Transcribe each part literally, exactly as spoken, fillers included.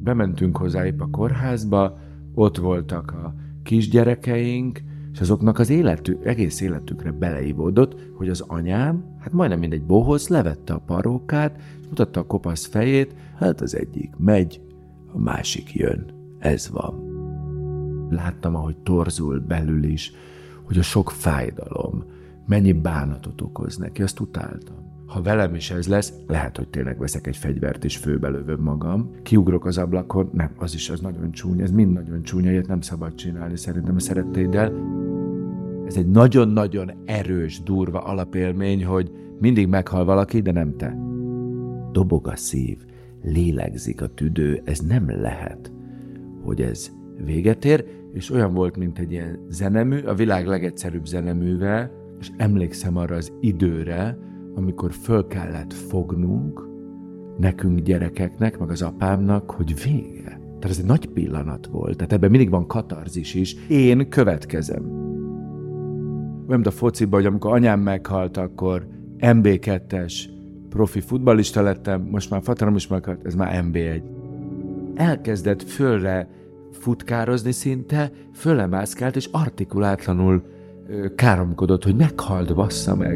bementünk hozzáépp a kórházba, ott voltak a kisgyerekeink, és azoknak az életük, egész életükre beleívódott, hogy az anyám, hát majdnem mindegy bohóc, levette a parókát, és mutatta a kopasz fejét, hát az egyik megy, a másik jön. Ez van. Láttam, ahogy torzul belül is, hogy a sok fájdalom mennyi bánatot okoz neki, azt utáltam. Ha velem is ez lesz, lehet, hogy tényleg veszek egy fegyvert és főbelövöm magam. Kiugrok az ablakon, nem, az is az nagyon csúnya, ez mind nagyon csúnya, ilyet nem szabad csinálni szerintem a szeretteiddel. Ez egy nagyon-nagyon erős, durva alapélmény, hogy mindig meghal valaki, de nem te. Dobog a szív, lélegzik a tüdő, ez nem lehet, hogy ez véget ér, és olyan volt, mint egy ilyen zenemű, a világ legegyszerűbb zeneművel, és emlékszem arra az időre, amikor föl kellett fognunk, nekünk gyerekeknek, meg az apámnak, hogy vége. Tehát ez egy nagy pillanat volt, tehát ebben mindig van katarzis is. Én következem. Olyan, mint a fociban, hogy amikor anyám meghalt, akkor em bé kettes profi futballista lettem, most már Fatanom is meghalt, ez már em bé egy. Elkezdett fölre futkározni szinte, fölemászkált, és artikulátlanul ö, káromkodott, hogy meghalt, bassza meg.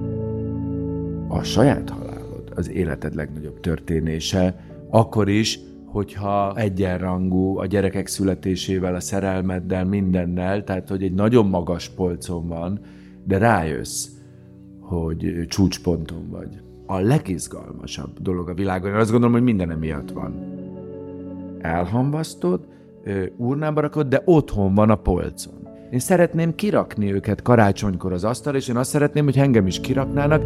A saját halálod az életed legnagyobb történése, akkor is, hogyha egyenrangú a gyerekek születésével, a szerelmeddel, mindennel, tehát hogy egy nagyon magas polcon van, de rájössz, hogy csúcsponton vagy. A legizgalmasabb dolog a világon, azt gondolom, hogy minden emiatt van. Elhamvasztod, urnába rakod, de otthon van a polcon. Én szeretném kirakni őket karácsonykor az asztalra, és én azt szeretném, hogy engem is kiraknának.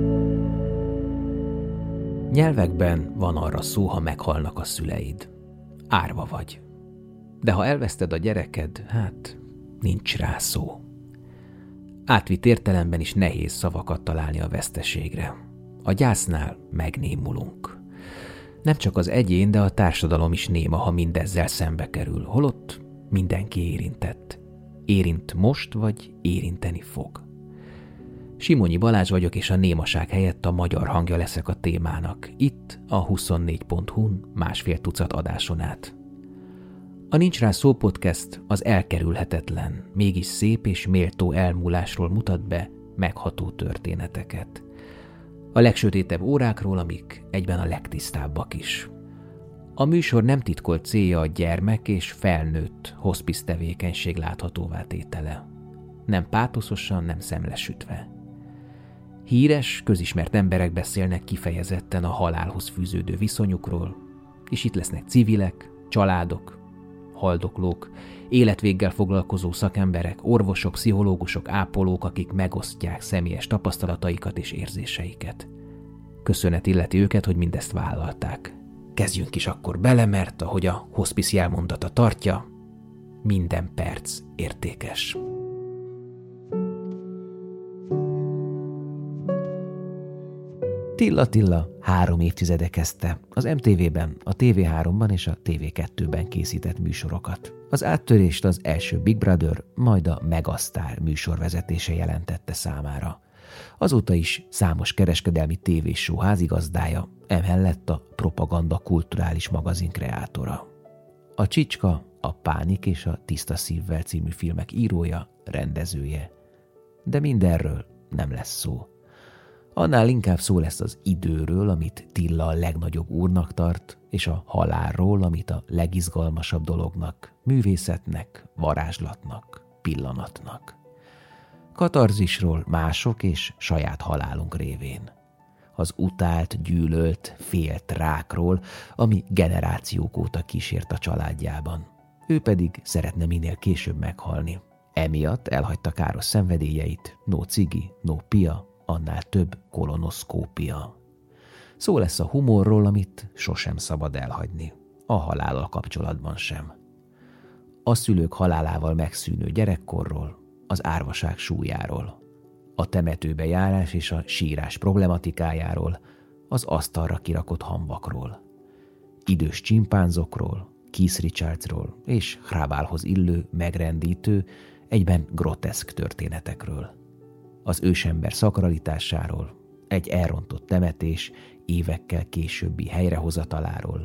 Nyelvekben van arra szó, ha meghalnak a szüleid. Árva vagy. De ha elveszted a gyereked, hát nincs rá szó. Átvitt értelemben is nehéz szavakat találni a veszteségre. A gyásznál megnémulunk. Nem csak az egyén, de a társadalom is néma, ha mindezzel szembe kerül. Holott mindenki érintett. Érint most, vagy érinteni fog. Simonyi Balázs vagyok, és a némaság helyett a magyar hangja leszek a témának. Itt a huszonnégy pont hu-n másfél tucat adáson át. A Nincs rá szó podcast az elkerülhetetlen, mégis szép és méltó elmúlásról mutat be megható történeteket. A legsötétebb órákról, amik egyben a legtisztábbak is. A műsor nem titkolt célja a gyermek és felnőtt hospice tevékenység láthatóvá tétele. Nem pátoszosan, nem szemlesütve. Híres, közismert emberek beszélnek kifejezetten a halálhoz fűződő viszonyukról, és itt lesznek civilek, családok, haldoklók, életvéggel foglalkozó szakemberek, orvosok, pszichológusok, ápolók, akik megosztják személyes tapasztalataikat és érzéseiket. Köszönet illeti őket, hogy mindezt vállalták. Kezdjünk is akkor bele, mert ahogy a hospice jelmondata tartja, minden perc értékes. Tilla Tilla három évtizede kezdte az em té vében, a té vé háromban és a té vé kettőben készített műsorokat. Az áttörést az első Big Brother, majd a Megasztár műsorvezetése jelentette számára. Azóta is számos kereskedelmi tévéshow házigazdája, emellett a Propaganda kulturális magazin kreátora. A Csicska, a Pánik és a Tiszta szívvel című filmek írója, rendezője. De mindenről nem lesz szó. Annál inkább szó lesz az időről, amit Tilla a legnagyobb úrnak tart, és a halálról, amit a legizgalmasabb dolognak, művészetnek, varázslatnak, pillanatnak. Katarzisról mások és saját halálunk révén. Az utált, gyűlölt, félt rákról, ami generációk óta kísért a családjában. Ő pedig szeretne minél később meghalni. Emiatt elhagyta káros szenvedélyeit, no cigi, no pia, annál több kolonoszkópia. Szó lesz a humorról, amit sosem szabad elhagyni. A halállal kapcsolatban sem. A szülők halálával megszűnő gyerekkorról, az árvaság súlyáról. A temetőbe járás és a sírás problematikájáról, az asztalra kirakott hamvakról. Idős csimpánzokról, Keith Richardsról és Hrabálhoz illő, megrendítő, egyben groteszk történetekről. Az ősember szakralitásáról, egy elrontott temetés évekkel későbbi helyrehozataláról,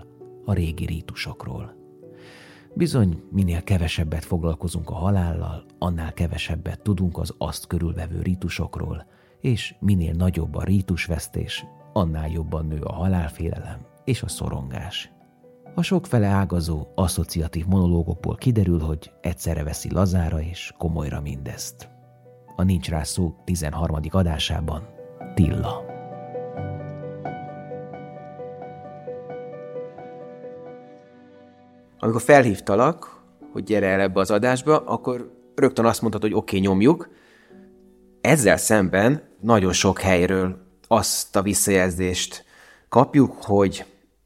a régi rítusokról. Bizony, minél kevesebbet foglalkozunk a halállal, annál kevesebbet tudunk az azt körülvevő rítusokról, és minél nagyobb a rítusvesztés, annál jobban nő a halálfélelem és a szorongás. A sokfele ágazó, asszociatív monológokból kiderül, hogy egyszerre veszi lazára és komolyra mindezt. A Nincs rá szó tizenharmadik adásában Tilla. Amikor felhívtalak, hogy gyere el ebbe az adásba, akkor rögtön azt mondtad, hogy oké, okay, nyomjuk. Ezzel szemben nagyon sok helyről azt a visszajelzést kapjuk, hogy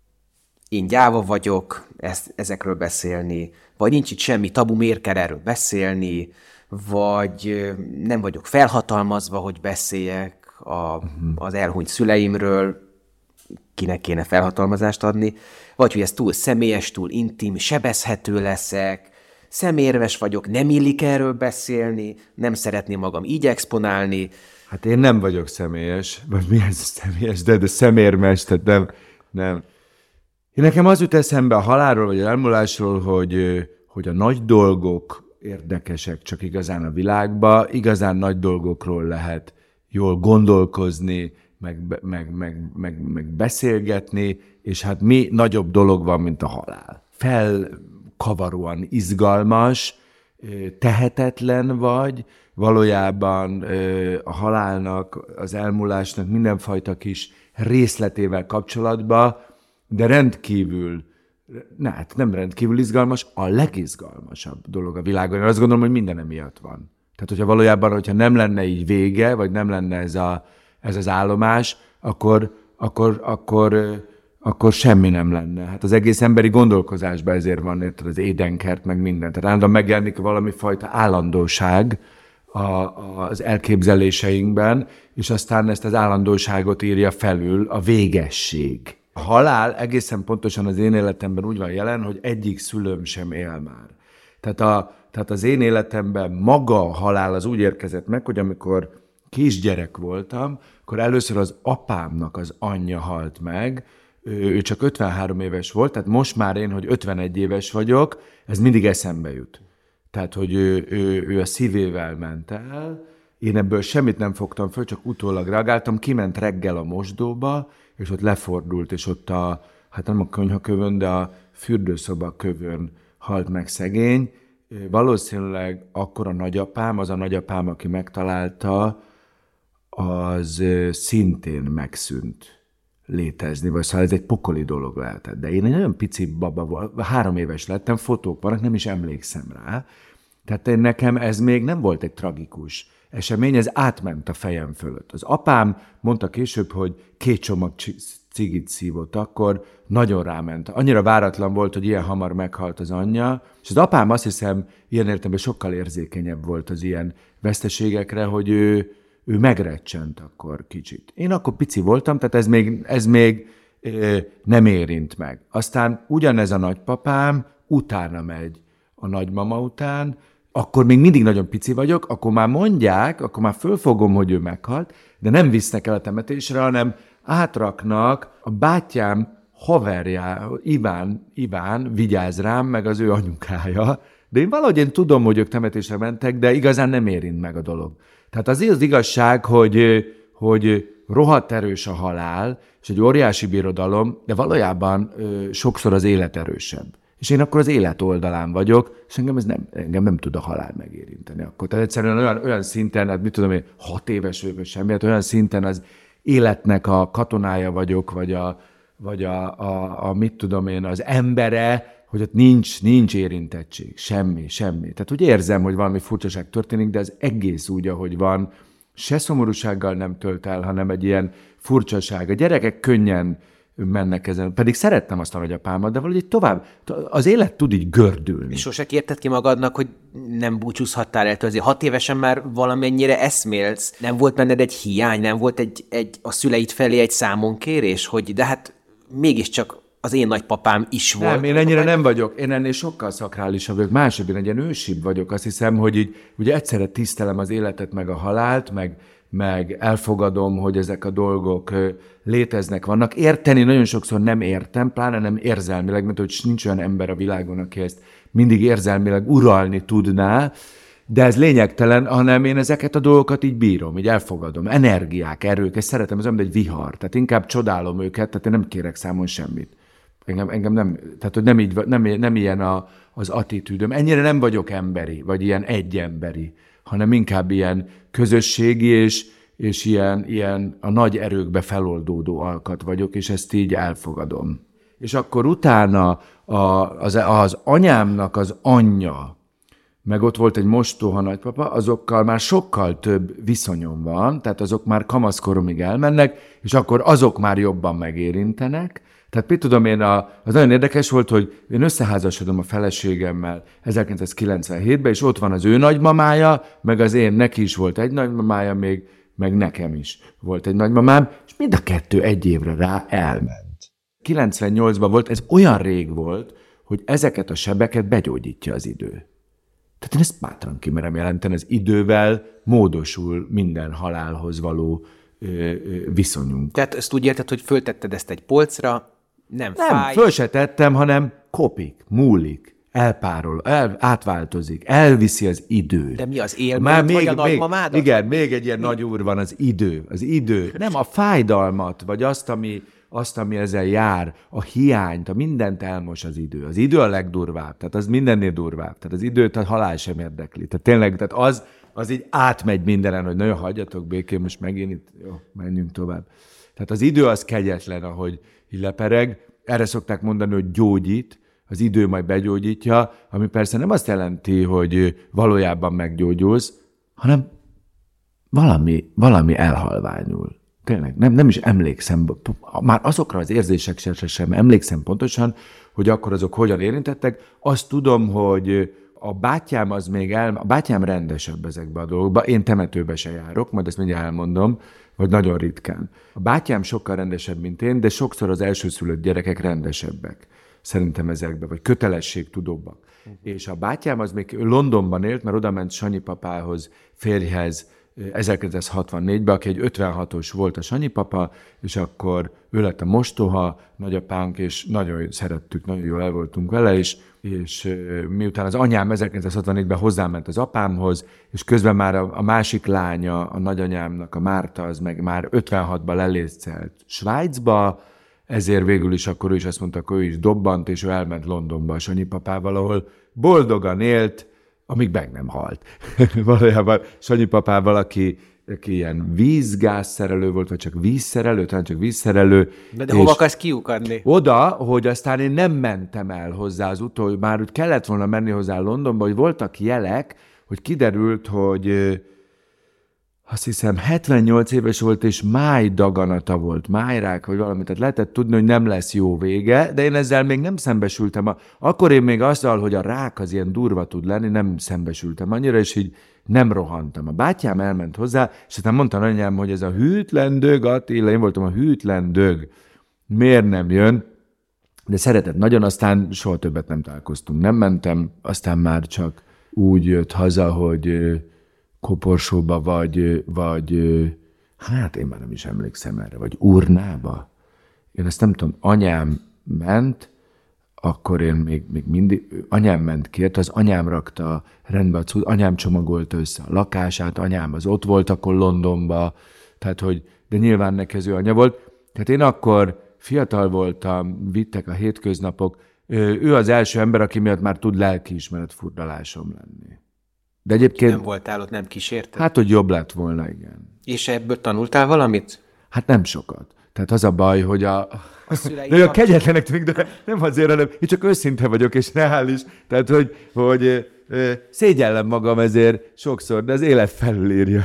én gyáva vagyok ezt, ezekről beszélni, vagy nincs itt semmi tabu, miért kell erről beszélni, vagy nem vagyok felhatalmazva, hogy beszéljek a, az elhunyt szüleimről, kinek kéne felhatalmazást adni, vagy hogy ez túl személyes, túl intim, sebezhető leszek, szemérmes vagyok, nem illik erről beszélni, nem szeretném magam így exponálni. Hát én nem vagyok személyes, vagy mi ez személyes, de, de szemérmes, tehát nem, nem. Én nekem az jut eszembe a halálról, vagy az elmúlásról, hogy, hogy a nagy dolgok érdekesek csak igazán a világban, igazán nagy dolgokról lehet jól gondolkozni, meg, meg, meg, meg, meg beszélgetni, és hát mi nagyobb dolog van, mint a halál. Felkavaróan izgalmas, tehetetlen vagy, valójában a halálnak, az elmúlásnak mindenfajta kis részletével kapcsolatban, de rendkívül, ne, hát nem rendkívül izgalmas, a legizgalmasabb dolog a világon. Én azt gondolom, hogy minden emiatt van. Tehát, hogyha valójában, hogyha nem lenne így vége, vagy nem lenne ez, a, ez az állomás, akkor, akkor, akkor, akkor semmi nem lenne. Hát az egész emberi gondolkozásban ezért van, érted, az édenkert, meg minden. Tehát állandóan megjelenik valami fajta állandóság a, a, az elképzeléseinkben, és aztán ezt az állandóságot írja felül a végesség. A halál egészen pontosan az én életemben úgy van jelen, hogy egyik szülőm sem él már. Tehát, a, tehát az én életemben maga a halál az úgy érkezett meg, hogy amikor kisgyerek voltam, akkor először az apámnak az anyja halt meg, ő csak ötvenhárom éves volt, tehát most már én, hogy ötvenegy éves vagyok, ez mindig eszembe jut. Tehát, hogy ő, ő, ő a szívével ment el, én ebből semmit nem fogtam föl, csak utólag reagáltam, kiment reggel a mosdóba, és ott lefordult, és ott a, hát nem a konyhakövön, de a fürdőszoba kövön halt meg szegény. Valószínűleg akkor a nagyapám, az a nagyapám, aki megtalálta, az szintén megszűnt létezni, vagy szóval ez egy pokoli dolog lehetett. De én egy nagyon pici baba volt, három éves lettem, fotók vannak, nem is emlékszem rá. Tehát én, nekem ez még nem volt egy tragikus esemény, ez átment a fejem fölött. Az apám mondta később, hogy két csomag cigit szívott akkor, nagyon ráment. Annyira váratlan volt, hogy ilyen hamar meghalt az anyja, és az apám azt hiszem, ilyen értelemben sokkal érzékenyebb volt az ilyen veszteségekre, hogy ő, ő megrecsent akkor kicsit. Én akkor pici voltam, tehát ez még, ez még nem érint meg. Aztán ugyanez a nagypapám utána megy a nagymama után, akkor még mindig nagyon pici vagyok, akkor már mondják, akkor már fölfogom, hogy ő meghalt, de nem visznek el a temetésre, hanem átraknak a bátyám haverjá, Iván, Iván vigyáz rám, meg az ő anyukája, de én valahogy én tudom, hogy ők temetésre mentek, de igazán nem érint meg a dolog. Tehát azért az igazság, hogy, hogy rohadt erős a halál, és egy óriási birodalom, de valójában sokszor az élet erősebb. És én akkor az élet oldalán vagyok, és engem, ez nem, engem nem tud a halál megérinteni akkor. Tehát egyszerűen olyan, olyan szinten, hát mit tudom én, hat éves vagyok, semmi, hát olyan szinten az életnek a katonája vagyok, vagy a, vagy a, a, a mit tudom én, az embere, hogy ott nincs, nincs érintettség, semmi, semmi. Tehát úgy érzem, hogy valami furcsaság történik, de az egész úgy, ahogy van, se szomorúsággal nem tölt el, hanem egy ilyen furcsaság. A gyerekek könnyen mennek ezen. Pedig szerettem azt a nagyapámat, de valahogy tovább, az élet tud így gördülni. És sose kérted ki magadnak, hogy nem búcsúzhattál el, azért hat évesen már valamennyire eszmélsz. Nem volt benned egy hiány, nem volt egy, egy a szüleid felé egy számonkérés, hogy de hát mégiscsak az én nagypapám is volt. Nem, én ennyire nem vagyok. Én ennél sokkal szakrálisabb vagyok. Másodban egy ilyen ősibb vagyok. Azt hiszem, hogy így ugye egyszerre tisztelem az életet, meg a halált, meg, meg elfogadom, hogy ezek a dolgok léteznek, vannak. Érteni nagyon sokszor nem értem, pláne nem érzelmileg, mert hogy nincs olyan ember a világon, aki ezt mindig érzelmileg uralni tudná, de ez lényegtelen, hanem én ezeket a dolgokat így bírom, így elfogadom. Energiák, erők, ezt szeretem, ez olyan, mint egy vihar. Tehát inkább csodálom őket, tehát én nem kérek számon semmit. Engem, engem nem, tehát hogy nem, így, nem, nem ilyen a, az attitűdöm. Ennyire nem vagyok emberi, vagy ilyen egyemberi, hanem inkább ilyen közösségi, és, és ilyen, ilyen a nagy erőkbe feloldódó alkat vagyok, és ezt így elfogadom. És akkor utána a, az, az anyámnak az anyja, meg ott volt egy mostoha nagypapa, azokkal már sokkal több viszonyom van, tehát azok már kamaszkoromig elmennek, és akkor azok már jobban megérintenek. Tehát mit tudom én, a, az nagyon érdekes volt, hogy én összeházasodom a feleségemmel ezerkilencszázkilencvenhétben, és ott van az ő nagymamája, meg az én, neki is volt egy nagymamája még, meg nekem is volt egy nagymamám, és mind a kettő egy évre rá elment. kilencvennyolcban volt, ez olyan rég volt, hogy ezeket a sebeket begyógyítja az idő. Tehát én ezt bátran kimerem jelenteni, az idővel módosul minden halálhoz való ö, ö, viszonyunk. Tehát ezt úgy érted, hogy föltetted ezt egy polcra, nem, nem fáj. Nem, föl se tettem, hanem kopik, múlik, elpárol, el, átváltozik, elviszi az idő. De mi az élmény, vagy a nagymamádat? Igen, még egy ilyen mi? Nagy úr van, az idő. Az idő. Nem a fájdalmat, vagy azt, ami, azt, ami ezzel jár, a hiányt, a mindent elmos az idő. Az idő a legdurvább, tehát az mindennél durvább. Tehát az időt a halál sem érdekli. Tehát tényleg, tehát az, az így átmegy mindenen, hogy nagyon hagyjatok békén, most megint itt, jó, menjünk tovább. Tehát az idő az kegyetlen, ahogy így lepereg. Erre szokták mondani, hogy gyógyít, az idő majd begyógyítja, ami persze nem azt jelenti, hogy valójában meggyógyulsz, hanem valami, valami elhalványul. Tényleg, nem, nem is emlékszem, már azokra az érzésekre sem emlékszem pontosan, hogy akkor azok hogyan érintettek. Azt tudom, hogy a bátyám az még el, a bátyám rendesebb ezekbe a dolgokba, én temetőbe se járok, majd ezt mindjárt elmondom, vagy nagyon ritkán. A bátyám sokkal rendesebb, mint én, de sokszor az elsőszülött gyerekek rendesebbek. Szerintem ezekben, vagy kötelességtudóbbak. Uh-huh. És a bátyám az még Londonban élt, mert oda ment Sanyi papához, férjhez ezerkilencszázhatvannégyben, aki egy ötvenhatos volt a Sanyi papa, és akkor ő lett a mostoha nagyapánk, és nagyon szerettük, nagyon jól el voltunk vele, és, és miután az anyám ezerkilencszázhatvannégyben hozzáment az apámhoz, és közben már a, a másik lánya, a nagyanyámnak, a Márta, az meg már ötvenhatban lelészcelt Svájcba, ezért végül is akkor ő is azt mondta, hogy ő is dobbant, és ő elment Londonba a Sanyi papával, ahol boldogan élt, amíg meg nem halt. Valójában Sanyi papával, aki, aki ilyen vízgázszerelő volt, vagy csak vízszerelő, talán csak vízszerelő. De, de hova akarsz kiukadni? Oda, hogy aztán én nem mentem el hozzá az utól, már úgy kellett volna menni hozzá Londonba, hogy voltak jelek, hogy kiderült, hogy azt hiszem hetvennyolc éves volt, és májdaganata volt, májrák, vagy valami, tehát lehetett tudni, hogy nem lesz jó vége, de én ezzel még nem szembesültem. Akkor én még azzal, hogy a rák az ilyen durva tud lenni, nem szembesültem annyira, és így nem rohantam. A bátyám elment hozzá, és aztán mondta anyám, hogy ez a hűtlen dög, Attila, én voltam a hűtlen dög. Miért nem jön? De szeretett nagyon, aztán soha többet nem találkoztunk. Nem mentem, aztán már csak úgy jött haza, hogy Koporsóba, vagy, vagy, hát én már nem is emlékszem erre, vagy Urnába. Én ezt nem tudom, anyám ment, akkor én még, még mindig, anyám ment kért, az anyám rakta rendbe a cucc, anyám csomagolta össze a lakását, anyám az ott volt akkor Londonba, tehát hogy, de nyilván neki az ő anya volt. Tehát én akkor fiatal voltam, vittek a hétköznapok, ő az első ember, aki miatt már tud lelkiismeret furdalásom lenni. De egyébként... Nem voltál ott, nem kísérted? Hát, hogy jobb lett volna, igen. És ebből tanultál valamit? Hát nem sokat. Tehát az a baj, hogy a... a szüleid de olyan kegyetlenek tűnik, de nem azért, hanem én csak őszinte vagyok, és reális. Tehát, hogy, hogy szégyellem magam ezért sokszor, de az élet felülírja.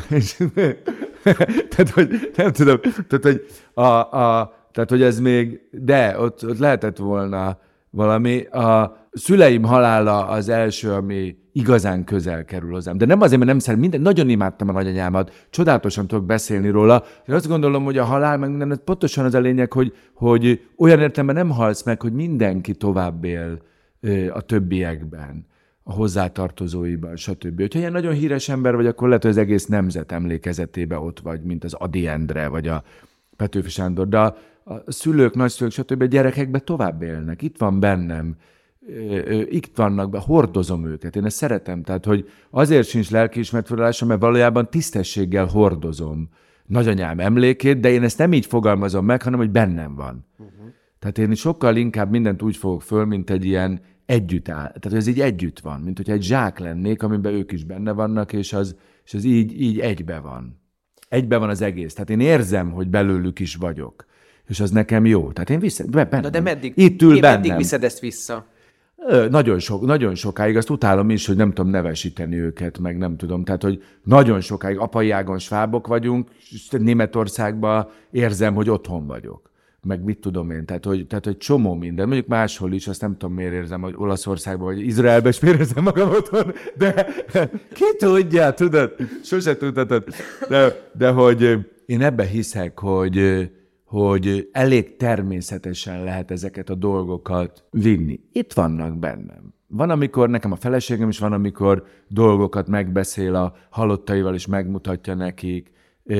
Tehát, hogy nem tudom, tehát, hogy, a, a, tehát, hogy ez még... De ott, ott lehetett volna valami. A szüleim halála az első, ami igazán közel kerül hozzám. De nem azért, mert nem szeretem, minden, nagyon imádtam a nagyanyámat, csodálatosan tudok beszélni róla. Én azt gondolom, hogy a halál, meg minden, pontosan az a lényeg, hogy, hogy olyan értelemben nem halsz meg, hogy mindenki tovább él a többiekben. a hozzátartozóiban, stb. Hogyha ilyen nagyon híres ember vagy, akkor lehet, hogy az egész nemzet emlékezetében ott vagy, mint az Ady Endre, vagy a Petőfi Sándor, de a, a szülők, nagyszülők, stb. Gyerekekben tovább élnek. Itt van bennem, itt vannak be, hordozom őket. Én ezt szeretem. Tehát, hogy azért sincs lelkiismeretfordulásom, mert valójában tisztességgel hordozom nagyanyám emlékét, de én ezt nem így fogalmazom meg, hanem, hogy bennem van. Uh-huh. Tehát én sokkal inkább mindent úgy fogok föl, mint egy ilyen együtt áll. Tehát, hogy ez így együtt van, mint hogyha egy zsák lennék, amiben ők is benne vannak, és az, és az így, így egybe van. Egybe van az egész. Tehát én érzem, hogy belőlük is vagyok. És az nekem jó. Tehát én vissza, bennem. Na de meddig, itt ül bennem. meddig viszed ezt vissza? Nagyon, sok, nagyon sokáig, azt utálom is, hogy nem tudom nevesíteni őket, meg nem tudom. Tehát, hogy nagyon sokáig apai ágon svábok vagyunk, Németországban érzem, hogy otthon vagyok. Meg mit tudom én, tehát hogy, tehát, hogy csomó minden. Mondjuk máshol is, azt nem tudom, miért érzem, hogy Olaszországban vagy Izraelben is miért érzem magam otthon, de ki tudja, tudod, sose tudhatod. De, de hogy én ebbe hiszek, hogy hogy elég természetesen lehet ezeket a dolgokat vinni. Itt vannak bennem. Van, amikor nekem a feleségem is van, amikor dolgokat megbeszél a halottaival, és megmutatja nekik.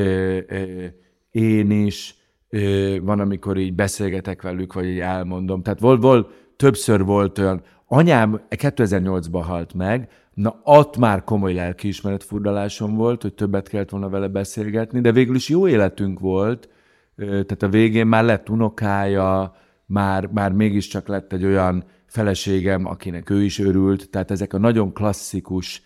Én is. Van, amikor így beszélgetek velük, vagy így elmondom. Tehát volt, volt, többször volt olyan. Anyám kétezer-nyolcban halt meg, na ott már komoly lelkiismeretfurdalásom volt, hogy többet kellett volna vele beszélgetni, de végül is jó életünk volt. Tehát a végén már lett unokája, már, már mégiscsak lett egy olyan feleségem, akinek ő is örült. Tehát ezek a nagyon klasszikus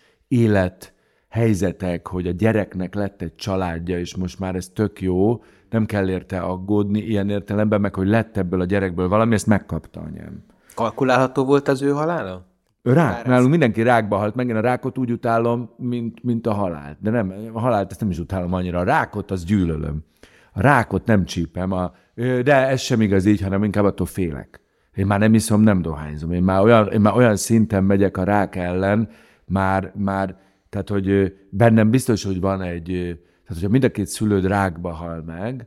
élethelyzetek, hogy a gyereknek lett egy családja, és most már ez tök jó, nem kell érte aggódni ilyen értelemben, meg hogy lett ebből a gyerekből valami, ezt megkapta anyám. Kalkulálható volt az ő halála? Rák, nálunk mindenki rákba halt meg, én a rákot úgy utálom, mint, mint a halált. De nem, a halált ezt nem is utálom annyira, a rákot azt gyűlölöm. A rákot nem csípem, a, de ez sem igaz így, hanem inkább attól félek. Én már nem iszom, nem dohányzom. Én már olyan, én már olyan szinten megyek a rák ellen, már, már, tehát hogy bennem biztos, hogy van egy, tehát hogyha mind a két szülőd rákba hal meg,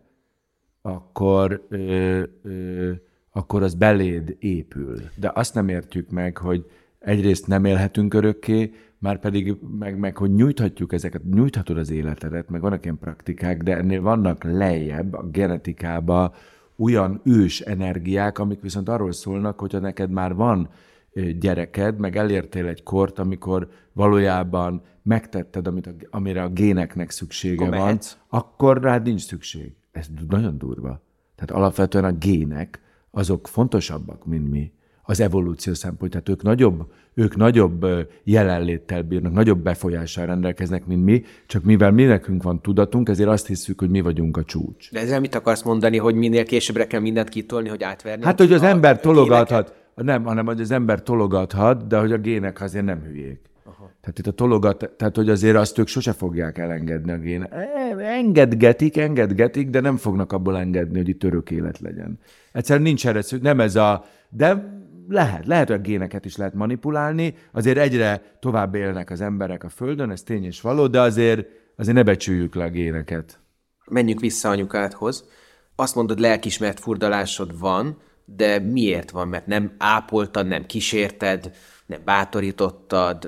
akkor, ö, ö, akkor az beléd épül. De azt nem értjük meg, hogy egyrészt nem élhetünk örökké, már pedig meg, meg, hogy nyújthatjuk ezeket, nyújthatod az életedet, meg vannak ilyen praktikák, de ennél vannak lejjebb a genetikában olyan ős energiák, amik viszont arról szólnak, hogyha neked már van gyereked, meg elértél egy kort, amikor valójában megtetted, amit a, amire a géneknek szüksége akkor van, mehetsz. Akkor rád nincs szükség. Ez nagyon durva. Tehát alapvetően a gének azok fontosabbak, mint mi. Az evolúció szempontját. Tehát ők nagyobb, ők nagyobb jelenléttel bírnak, nagyobb befolyással rendelkeznek, mint mi, csak mivel mi nekünk van tudatunk, ezért azt hiszük, hogy mi vagyunk a csúcs. De ezzel mit akarsz mondani, hogy minél későbbre kell mindent kitolni, hogy átverni? Hát, hogy az a, ember tologathat, nem, hanem hogy az ember tologathat, de hogy a gének azért nem hülyék. Aha. Tehát itt a tologat, tehát hogy azért azt ők sose fogják elengedni a gének. Engedgetik, engedgetik, de nem fognak abból engedni, hogy itt örök élet legyen. Egyszerűen nincs erre szükség, nem ez a... De lehet, lehet, hogy a géneket is lehet manipulálni, azért egyre tovább élnek az emberek a Földön, ez tény és való, de azért, azért ne becsüljük le a géneket. Menjünk vissza anyukádhoz. Azt mondod, lelkiismeret furdalásod van, de miért van? Mert nem ápoltad, nem kísérted, nem bátorítottad,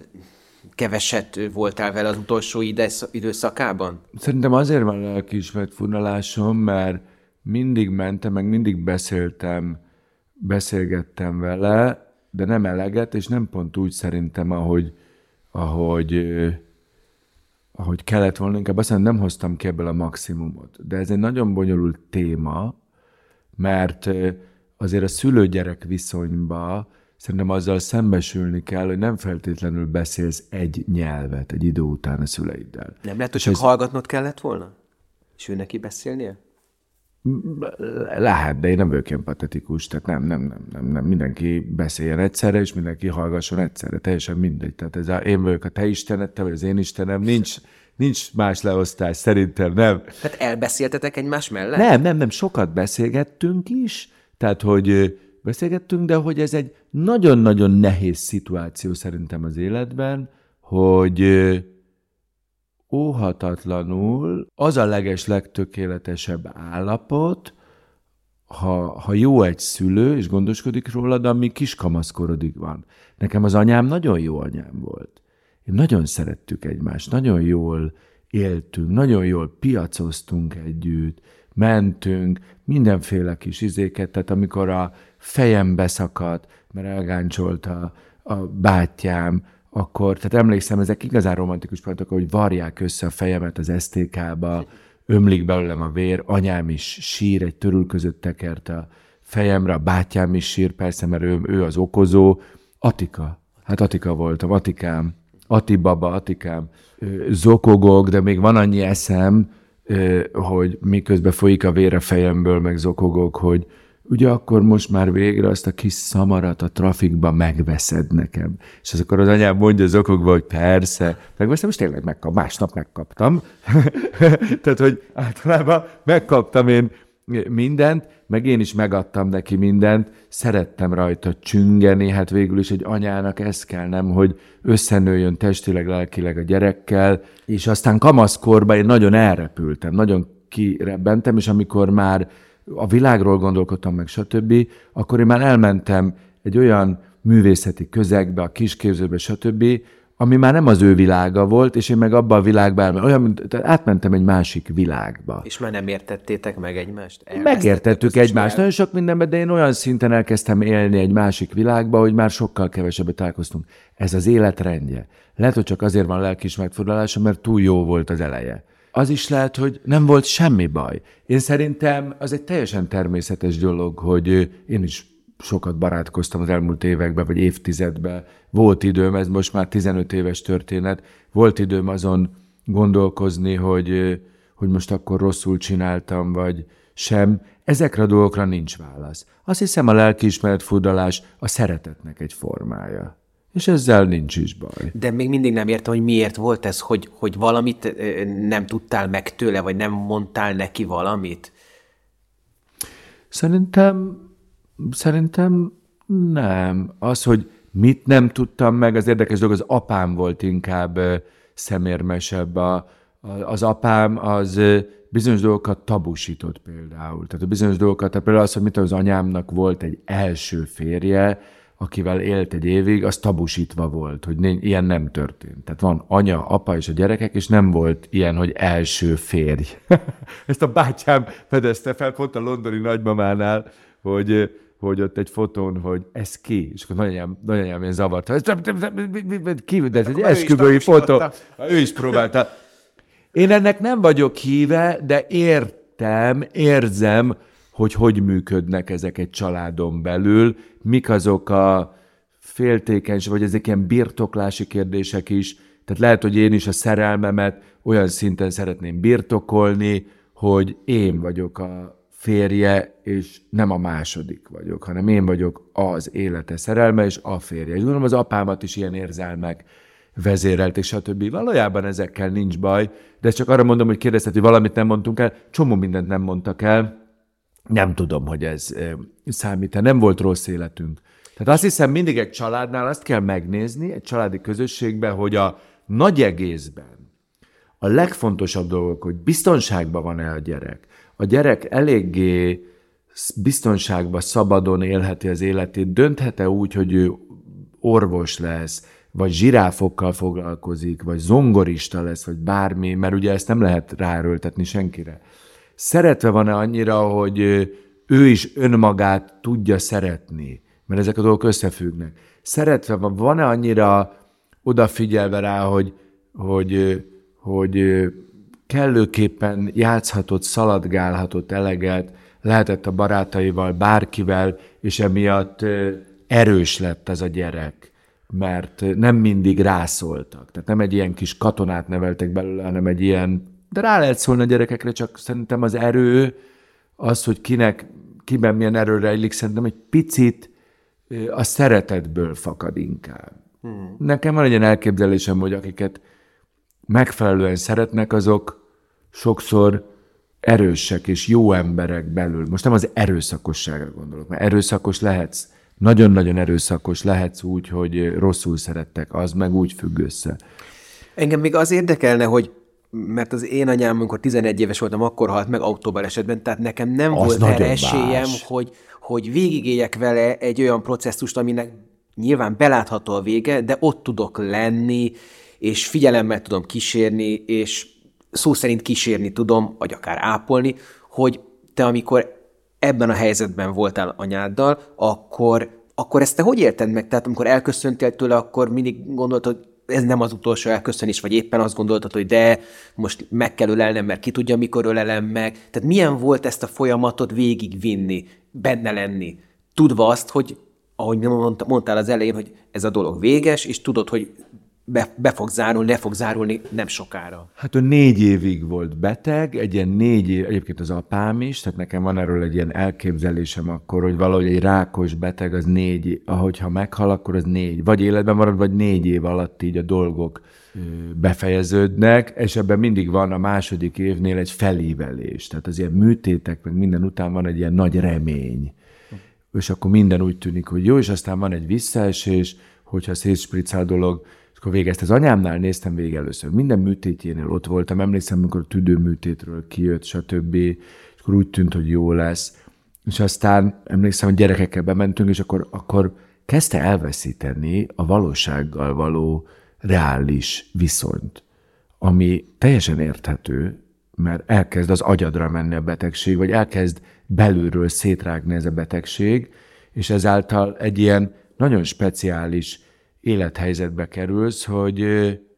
keveset voltál vele az utolsó időszakában? Szerintem azért van lelkiismeret furdalásom, mert mindig mentem, meg mindig beszéltem, beszélgettem vele, de nem eleget, és nem pont úgy szerintem, ahogy, ahogy, ahogy kellett volna. Inkább azt mondom, nem hoztam ki ebből a maximumot. De ez egy nagyon bonyolult téma, mert azért a szülő-gyerek viszonyba szerintem azzal szembesülni kell, hogy nem feltétlenül beszélsz egy nyelvet egy idő után a szüleiddel. Nem lehet, hogy csak ez... hallgatnod kellett volna? És ő neki beszélnie? Lehet, de én nem vagyok ilyen patetikus, tehát nem, nem, nem, nem, nem. Mindenki beszéljen egyszerre, és mindenki hallgasson egyszerre, teljesen mindegy. Tehát ez a, én vagyok a te istened, te vagy az én istenem, nincs, nincs más leosztás, szerintem nem. Tehát elbeszéltetek egymás mellett? Nem, nem, nem, sokat beszélgettünk is, tehát hogy beszélgettünk, de hogy ez egy nagyon-nagyon nehéz szituáció szerintem az életben, hogy óhatatlanul az a leges legtökéletesebb állapot, ha, ha jó egy szülő, és gondoskodik rólad, ami kiskamaszkorodig van. Nekem az anyám nagyon jó anyám volt. Én nagyon szerettük egymást, nagyon jól éltünk, nagyon jól piacoztunk együtt, mentünk, mindenféle kis izéket, tehát amikor a fejem beszakadt, mert elgáncsolta a bátyám, akkor, tehát emlékszem, ezek igazán romantikus pillanatok, hogy varják össze a fejemet az es té ká-ba, ömlik belőlem a vér, anyám is sír, egy törül között tekert a fejemre, a bátyám is sír, persze, mert ő, ő az okozó. Atika, hát Atika voltam, Atikám, Ati baba, Atikám, zokogok, de még van annyi eszem, hogy miközben folyik a vér a fejemből, meg zokogok, hogy ugye akkor most már végre azt a kis szamarat a trafikba megveszed nekem. És az akkor az anyám mondja zokogva, hogy persze, megveszem, és tényleg megkap, másnap megkaptam. Tehát, hogy általában megkaptam én mindent, meg én is megadtam neki mindent, szerettem rajta csüngeni, hát végül is egy anyának ez kell, nem, hogy összenőjön testileg, lelkileg a gyerekkel, és aztán kamaszkorban én nagyon elrepültem, nagyon kirebbentem, és amikor már a világról gondolkodtam meg, stb., akkor én már elmentem egy olyan művészeti közegbe, a kisképzőbe, stb., ami már nem az ő világa volt, és én meg abban a világban elmentem. Olyan, mint átmentem egy másik világba. És már nem értettétek meg egymást? Megértettük egymást nagyon sok mindenben, de én olyan szinten elkezdtem élni egy másik világba, hogy már sokkal kevesebbet találkoztunk. Ez az életrendje. Lehet, hogy csak azért van lelkis megfordulása, mert túl jó volt az eleje. Az is lehet, hogy nem volt semmi baj. Én szerintem az egy teljesen természetes dolog, hogy én is sokat barátkoztam az elmúlt években, vagy évtizedben. Volt időm, ez most már tizenöt éves történet, volt időm azon gondolkozni, hogy, hogy most akkor rosszul csináltam, vagy sem. Ezekre a dolgokra nincs válasz. Azt hiszem, a lelkiismeret furdalás a szeretetnek egy formája. És ezzel nincs is baj. De még mindig nem értem, hogy miért volt ez, hogy, hogy valamit nem tudtál meg tőle, vagy nem mondtál neki valamit? Szerintem, szerintem nem. Az, hogy mit nem tudtam meg, az érdekes dolog, az apám volt inkább szemérmesebb. A, az apám az bizonyos dolgokat tabusított például. Tehát a bizonyos dolgokat, tehát például az, hogy mit az anyámnak volt egy első férje, akivel élt egy évig, az tabusítva volt, hogy né- ilyen nem történt. Tehát van anya, apa és a gyerekek, és nem volt ilyen, hogy első férj. Ezt a bátyám fedezte fel pont a londoni nagymamánál, hogy, hogy ott egy fotón, hogy ez ki? És akkor nagyanyám, nagyanyám ilyen zavarta. Ez ki? De ez egy esküvői fotó. Ő is próbálta. Én ennek nem vagyok híve, de értem, érzem, hogy hogy működnek ezek egy családon belül, mik azok a féltékenység, vagy ezek ilyen birtoklási kérdések is. Tehát lehet, hogy én is a szerelmemet olyan szinten szeretném birtokolni, hogy én vagyok a férje, és nem a második vagyok, hanem én vagyok az élete szerelme, és a férje. És gondolom, az apámat is ilyen érzelmek vezérelték, stb. Valójában ezekkel nincs baj, de csak arra mondom, hogy kérdezted, hogy valamit nem mondtunk el, csomó mindent nem mondtak el. Nem tudom, hogy ez számít. Nem volt rossz életünk. Tehát azt hiszem, mindig egy családnál azt kell megnézni, egy családi közösségben, hogy a nagy egészben a legfontosabb dolgok, hogy biztonságban van-e a gyerek. A gyerek eléggé biztonságban, szabadon élheti az életét, dönthet-e úgy, hogy ő orvos lesz, vagy zsiráfokkal foglalkozik, vagy zongorista lesz, vagy bármi, mert ugye ezt nem lehet ráerőltetni senkire. Szeretve van-e annyira, hogy ő is önmagát tudja szeretni, mert ezek a dolgok összefüggnek. Szeretve van, van-e annyira odafigyelve rá, hogy, hogy, hogy kellőképpen játszhatott, szaladgálhatott eleget, lehetett a barátaival, bárkivel, és emiatt erős lett ez a gyerek, mert nem mindig rászóltak. Tehát nem egy ilyen kis katonát neveltek belőle, hanem egy ilyen, de rá lehet szólni a gyerekekre, csak szerintem az erő, az, hogy kinek, kiben milyen erő rejlik, szerintem egy picit a szeretetből fakad inkább. Hmm. Nekem van egy ilyen elképzelésem, hogy akiket megfelelően szeretnek, azok sokszor erősek és jó emberek belül. Most nem az erőszakosságra gondolok, mert erőszakos lehetsz, nagyon-nagyon erőszakos lehetsz úgy, hogy rosszul szerettek, az meg úgy függ össze. Engem még az érdekelne, hogy mert az én anyám, amikor tizenegy éves voltam, akkor halt meg autóbalesetben, tehát nekem nem Az volt nagyon erre esélyem, más. hogy, hogy végigéljek vele egy olyan processzust, aminek nyilván belátható a vége, de ott tudok lenni, és figyelemmel tudom kísérni, és szó szerint kísérni tudom, vagy akár ápolni, hogy te amikor ebben a helyzetben voltál anyáddal, akkor, akkor ezt te hogy érted meg? Tehát amikor elköszöntél tőle, akkor mindig gondoltad, hogy ez nem az utolsó elköszönés, vagy éppen azt gondoltad, hogy de most meg kell ölelnem, mert ki tudja, mikor ölelem meg. Tehát milyen volt ezt a folyamatot végigvinni, benne lenni, tudva azt, hogy ahogy mondtál az elején, hogy ez a dolog véges, és tudod, hogy be, be fog zárulni, le fog zárulni nem sokára. Hát ő négy évig volt beteg, egy ilyen négy év, egyébként az apám is, tehát nekem van erről egy ilyen elképzelésem akkor, hogy valahogy egy rákos beteg az négy, ahogyha meghal, akkor az négy, vagy életben marad, vagy négy év alatt így a dolgok befejeződnek, és ebben mindig van a második évnél egy felívelés, tehát az ilyen műtétek, meg minden után van egy ilyen nagy remény. És akkor minden úgy tűnik, hogy jó, és aztán van egy visszaesés, hogyha szétspriccál a dolog, és akkor vége. Ezt az anyámnál néztem végig először. Minden műtétjénél ott voltam, emlékszem, amikor a tüdőműtétről kijött, stb. És akkor úgy tűnt, hogy jó lesz. És aztán emlékszem, hogy gyerekekkel bementünk, és akkor, akkor kezdte elveszíteni a valósággal való reális viszonyt, ami teljesen érthető, mert elkezd az agyadra menni a betegség, vagy elkezd belülről szétrágni ez a betegség, és ezáltal egy ilyen nagyon speciális élethelyzetbe kerülsz, hogy,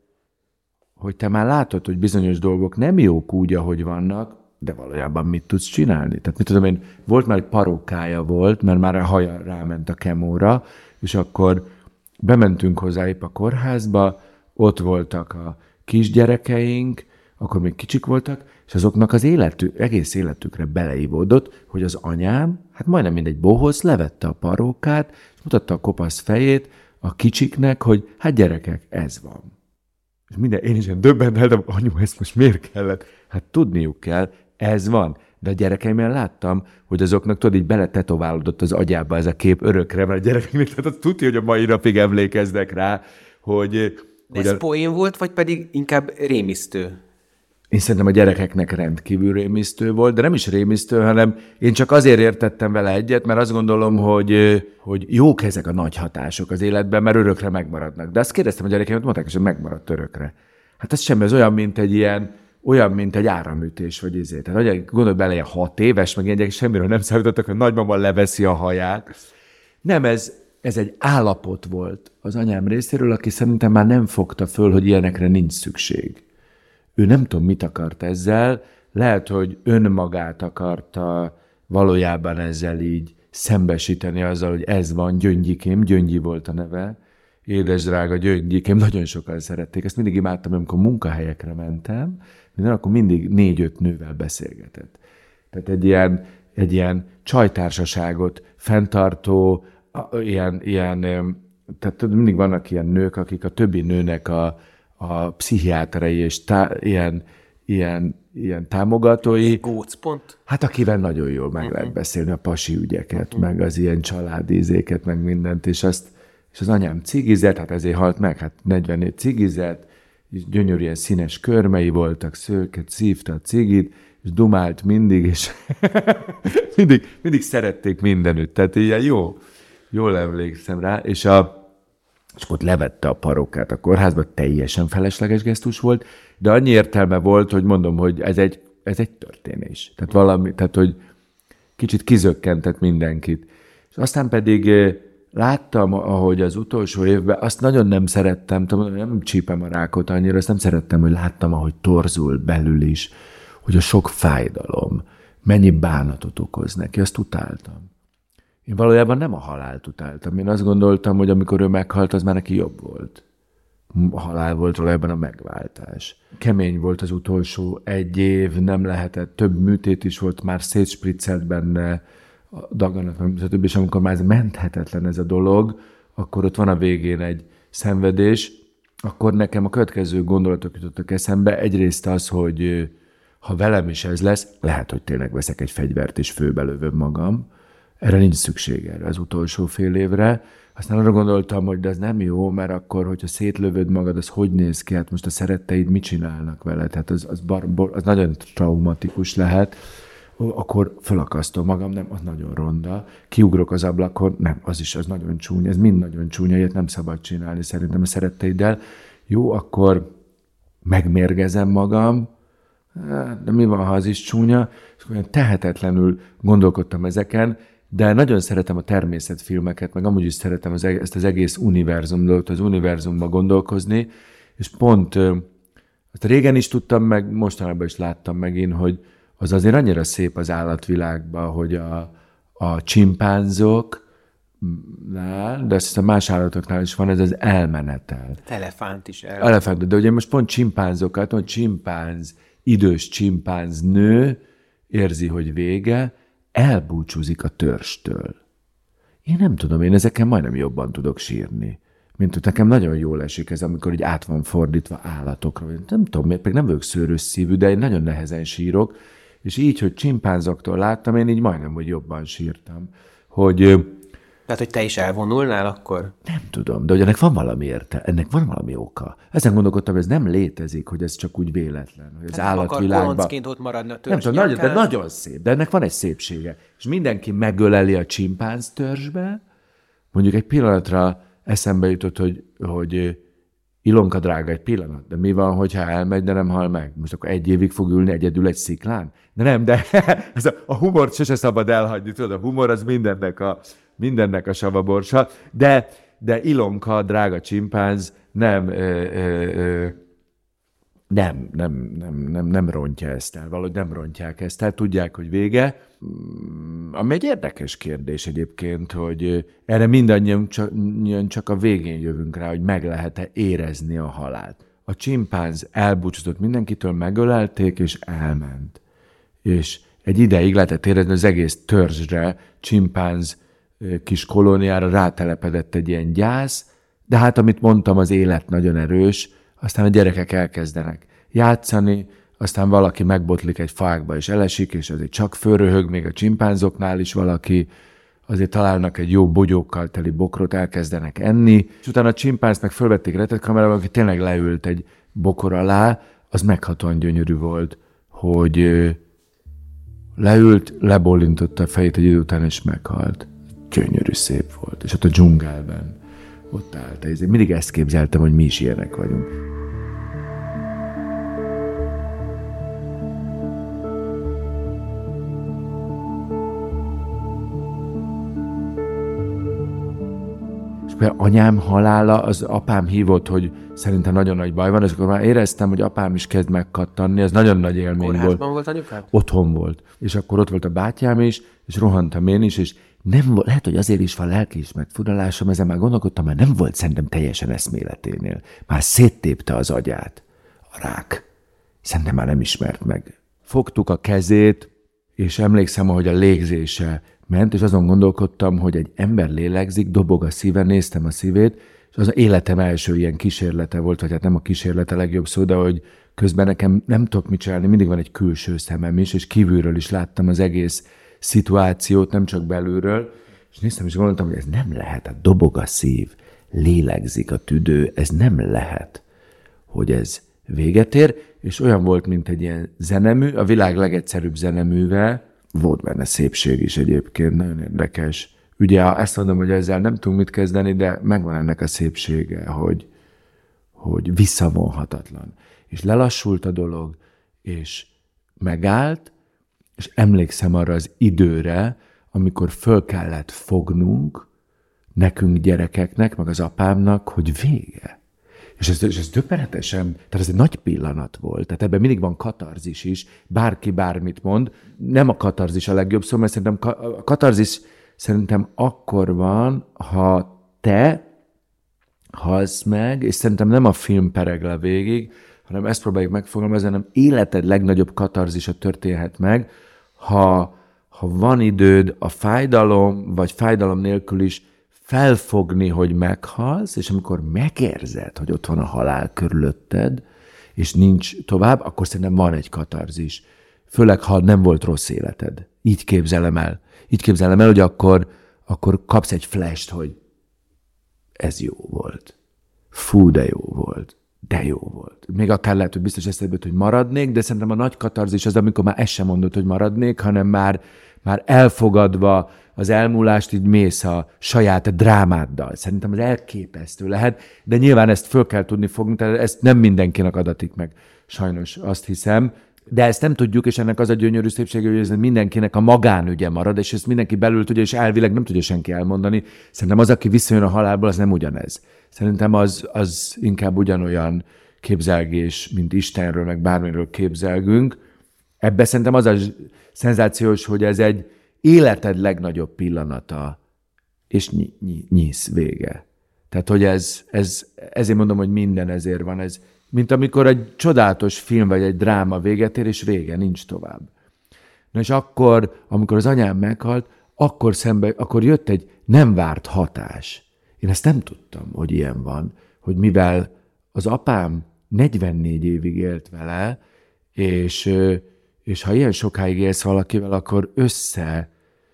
hogy te már látod, hogy bizonyos dolgok nem jók úgy, ahogy vannak, de valójában mit tudsz csinálni? Tehát mit tudom én, volt már egy parókája volt, mert már a haja ráment a kemóra, és akkor bementünk hozzá épp a kórházba, ott voltak a kisgyerekeink, akkor még kicsik voltak, és azoknak az életük, egész életükre beleívódott, hogy az anyám, hát majdnem mindegy bohóc, levette a parókát, és mutatta a kopasz fejét a kicsiknek, hogy hát gyerekek, ez van. És minden, én is ilyen döbbenteltem, anyu, ezt most miért kellett? Hát tudniuk kell, ez van. De a gyerekeimben láttam, hogy azoknak tudod, így beletetoválódott az agyába ez a kép örökre, mert a gyerekeknek tehát az tudja, hogy a mai napig emlékeznek rá, hogy... De hogy ez a... poén volt, vagy pedig inkább rémisztő? Én szerintem a gyerekeknek rendkívül rémisztő volt, de nem is rémisztő, hanem én csak azért értettem vele egyet, mert azt gondolom, hogy, hogy jók ezek a nagy hatások az életben, mert örökre megmaradnak. De azt kérdeztem a gyerekeimet, mondták, hogy megmaradt örökre. Hát ez semmi, ez olyan, mint egy ilyen, olyan, mint egy áramütés, vagy izé. Tehát gondolj bele, ilyen hat éves, meg ilyen gyerekek semmiről nem számítottak, hogy nagymama leveszi a haját. Nem, ez, ez egy állapot volt az anyám részéről, aki szerintem már nem fogta föl, hogy ilyenekre nincs szükség. Ő nem tudom, mit akart ezzel, lehet, hogy önmagát akarta valójában ezzel így szembesíteni azzal, hogy ez van, Gyöngyikém, Gyöngyi volt a neve, édes drága Gyöngyikém, nagyon sokan szerették. Ezt mindig imádtam, amikor munkahelyekre mentem, minden, akkor mindig négy-öt nővel beszélgetett. Tehát egy ilyen, egy ilyen csajtársaságot fenntartó, ilyen, ilyen, tehát mindig vannak ilyen nők, akik a többi nőnek a a pszichiáterei és tá- ilyen, ilyen, ilyen támogatói. Gócpont? Hát akivel nagyon jól meg uh-huh. lehet beszélni a pasi ügyeket, uh-huh. meg az ilyen családízéket, meg mindent, és, azt, és az anyám cigizett, hát ezért halt meg, hát negyvennégy cigizett, és gyönyörű ilyen színes körmei voltak, szőket szívta a cigit, és dumált mindig, és mindig, mindig szerették mindenütt, tehát ilyen jó, jól emlékszem rá, és a és akkor ott levette a parókát a kórházba, teljesen felesleges gesztus volt, de annyi értelme volt, hogy mondom, hogy ez egy, ez egy történés. Tehát valami, tehát hogy kicsit kizökkentett mindenkit. És aztán pedig láttam, ahogy az utolsó évben, azt nagyon nem szerettem, tudom, nem csípem a rákot annyira, azt nem szerettem, hogy láttam, ahogy torzul belül is, hogy a sok fájdalom, mennyi bánatot okoz neki, azt utáltam. Én valójában nem a halált utáltam. Én azt gondoltam, hogy amikor ő meghalt, az már neki jobb volt. A halál volt valójában a megváltás. Kemény volt az utolsó egy év, nem lehetett, több műtét is volt, már szétspriccelt benne a daganat, stb. És amikor már ez menthetetlen ez a dolog, akkor ott van a végén egy szenvedés, akkor nekem a következő gondolatok jutottak eszembe. Egyrészt az, hogy ha velem is ez lesz, lehet, hogy tényleg veszek egy fegyvert és főbelövöm magam. Erre nincs szükség erre az utolsó fél évre. Aztán arra gondoltam, hogy de ez nem jó, mert akkor, hogyha szétlövöd magad, az hogy néz ki? Hát most a szeretteid mit csinálnak veled? Hát az, az, bar, az nagyon traumatikus lehet. Akkor fölakasztom magam, nem, az nagyon ronda. Kiugrok az ablakon, nem, az is, az nagyon csúnya. Ez mind nagyon csúnya, ilyet nem szabad csinálni szerintem a szeretteiddel. Jó, akkor megmérgezem magam, de mi van, ha az is csúnya? És olyan tehetetlenül gondolkodtam ezeken, de nagyon szeretem a természetfilmeket, meg amúgy is szeretem az, ezt az egész univerzumot, az univerzumban gondolkozni, és pont azt régen is tudtam, meg mostanában is láttam megint, hogy az azért annyira szép az állatvilágban, hogy a, a csimpánzok, de azt hiszem más állatoknál is van, ez az elmenetel. Elefánt is el. Elefánt, de ugye most pont csimpánzokat, hogy csimpánz, idős csimpánz nő érzi, hogy vége, elbúcsúzik a törzstől. Én nem tudom, én ezeken majdnem jobban tudok sírni. Mint hogy nekem nagyon jól esik ez, amikor így át van fordítva állatokra. Én nem tudom, még nem vagyok szőrös szívű, de én nagyon nehezen sírok, és így, hogy csimpánzoktól láttam, én így majdnem, hogy jobban sírtam. Hogy... Tehát, hogy te is elvonulnál akkor? Nem tudom, de hogy ennek van valami érte, ennek van valami oka. Ezen gondolkodtam, hogy ez nem létezik, hogy ez csak úgy véletlen, hogy az állatvilágban... Koloncként ott maradna a törzs. Nem tudom, nagyon, de nagyon szép, de ennek van egy szépsége. És mindenki megöleli a csimpánz törzsbe. Mondjuk egy pillanatra eszembe jutott, hogy, hogy Ilonka drága, egy pillanat, de mi van, hogyha elmegy, de nem hal meg? Most akkor egy évig fog ülni egyedül egy sziklán? De nem, de ez a, a humort sose szabad elhagyni, tudod, a humor az mindennek a, mindennek a savaborsa, de, de Ilonka, drága csimpánz nem, ö, ö, ö, nem, nem, nem, nem, nem rontja ezt el, valahogy nem rontják ezt el, tudják, hogy vége. Ami egy érdekes kérdés egyébként, hogy erre mindannyian csak, csak a végén jövünk rá, hogy meg lehet-e érezni a halált. A csimpánz elbúcsúzott mindenkitől, megölelték, és elment. És egy ideig lehetett érezni, az egész törzsre, csimpánz kis kolóniára rátelepedett egy ilyen gyász, de hát, amit mondtam, az élet nagyon erős, aztán a gyerekek elkezdenek játszani, aztán valaki megbotlik egy fákba, és elesik, és azért csak fölröhög, még a csimpánzoknál is valaki, azért találnak egy jó bogyókkal teli bokrot, elkezdenek enni, és utána a csimpánzt meg fölvették rettetkamerával, aki tényleg leült egy bokor alá, az meghatóan gyönyörű volt, hogy leült, lebólintotta a fejét egy idő után, és meghalt. Gyönyörű, szép volt. És ott a dzsungelben ott állt. Én mindig ezt képzeltem, hogy mi is ilyenek vagyunk. Anyám halála, az apám hívott, hogy szerintem nagyon nagy baj van, és akkor már éreztem, hogy apám is kezd megkattanni, ez nagyon nagy élmény volt. Kórházban volt anyukád? Otthon volt. És akkor ott volt a bátyám is, és rohantam én is, és nem volt, lehet, hogy azért is van lelkiismert fudalásom, ezen már gondolkodtam, mert nem volt szerintem teljesen eszméleténél. Már széttépte az agyát. A rák. Szerintem már nem ismert meg. Fogtuk a kezét, és emlékszem, hogy a légzése ment, és azon gondolkodtam, hogy egy ember lélegzik, dobog a szíve, néztem a szívét, és az életem első ilyen kísérlete volt, vagy hát nem a kísérlete legjobb szó, de hogy közben nekem nem tudok mit csinálni, mindig van egy külső szemem is, és kívülről is láttam az egész szituációt, nem csak belülről, és néztem, és gondoltam, hogy ez nem lehet, hát dobog a szív, lélegzik a tüdő, ez nem lehet, hogy ez véget ér, és olyan volt, mint egy ilyen zenemű, a világ legegyszerűbb zeneművel, volt benne szépség is egyébként, nagyon érdekes. Ugye ezt mondom, hogy ezzel nem tudunk mit kezdeni, de megvan ennek a szépsége, hogy, hogy visszavonhatatlan. És lelassult a dolog, és megállt, és emlékszem arra az időre, amikor föl kellett fognunk nekünk gyerekeknek, meg az apámnak, hogy vége. És ez, és ez döbbenetesen, tehát ez egy nagy pillanat volt, tehát ebben mindig van katarzis is, bárki bármit mond, nem a katarzis a legjobb szó, mert szerintem a katarzis szerintem akkor van, ha te halsz meg, és szerintem nem a film pereg le végig, hanem ezt próbáljuk megfogalmazni, hanem életed legnagyobb katarzisa történhet meg, ha, ha van időd a fájdalom, vagy fájdalom nélkül is felfogni, hogy meghalsz, és amikor megérzed, hogy ott van a halál körülötted, és nincs tovább, akkor szerintem van egy katarzis. Főleg, ha nem volt rossz életed. Így képzelem el. Így képzelem el, hogy akkor, akkor kapsz egy flasht, hogy ez jó volt. Fú, de jó volt. De jó volt. Még akár lehet, hogy biztos eszedbe jut, hogy maradnék, de szerintem a nagy katarzis az, amikor már ezt sem mondod, hogy maradnék, hanem már, már elfogadva az elmúlást, így mész a saját drámáddal. Szerintem az elképesztő lehet, de nyilván ezt föl kell tudni fogni, tehát ezt nem mindenkinek adatik meg. Sajnos azt hiszem. De ezt nem tudjuk, és ennek az a gyönyörű szépsége, hogy ez mindenkinek a magánügye marad, és ezt mindenki belül tudja, és elvileg nem tudja senki elmondani. Szerintem az, aki visszajön a halálból, az nem ugyanez. Szerintem az, az inkább ugyanolyan képzelgés, mint Istenről, meg bármiről képzelgünk. Ebben szerintem az a szenzációs, hogy ez egy életed legnagyobb pillanata, és ny- ny- nyisz vége. Tehát, hogy ez, ez, ezért mondom, hogy minden ezért van. Ez, mint amikor egy csodálatos film vagy egy dráma véget ér, és vége, nincs tovább. Na és akkor, amikor az anyám meghalt, akkor szembe, akkor jött egy nem várt hatás. Én ezt nem tudtam, hogy ilyen van, hogy mivel az apám negyvennégy évig élt vele, és, és ha ilyen sokáig élsz valakivel, akkor össze...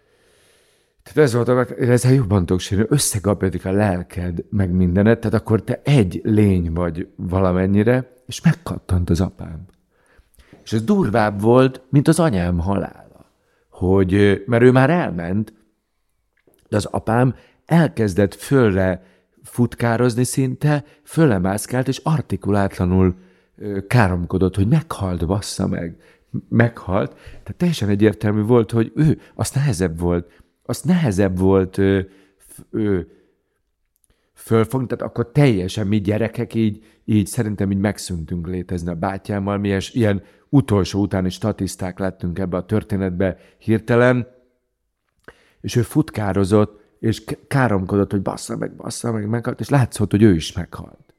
Tehát ez volt, ezzel jobban tudok sérülni, összekapjodik a lelked, meg mindened, tehát akkor te egy lény vagy valamennyire, és megkattant az apám. És ez durvább volt, mint az anyám halála. Hogy, mert ő már elment, de az apám elkezdett fölre futkározni szinte, fölemászkált, és artikulátlanul káromkodott, hogy meghalt, bassza meg. Meghalt. Tehát teljesen egyértelmű volt, hogy ő, azt nehezebb volt, azt nehezebb volt ö, ö, fölfogni, tehát akkor teljesen mi gyerekek így, így szerintem így megszűntünk létezni a bátyámmal, mi es, ilyen utolsó utáni statiszták lettünk ebbe a történetbe hirtelen, és ő futkározott, és káromkodott, hogy bassza meg, bassza meg, meghalt, és látszott, hogy ő is meghalt.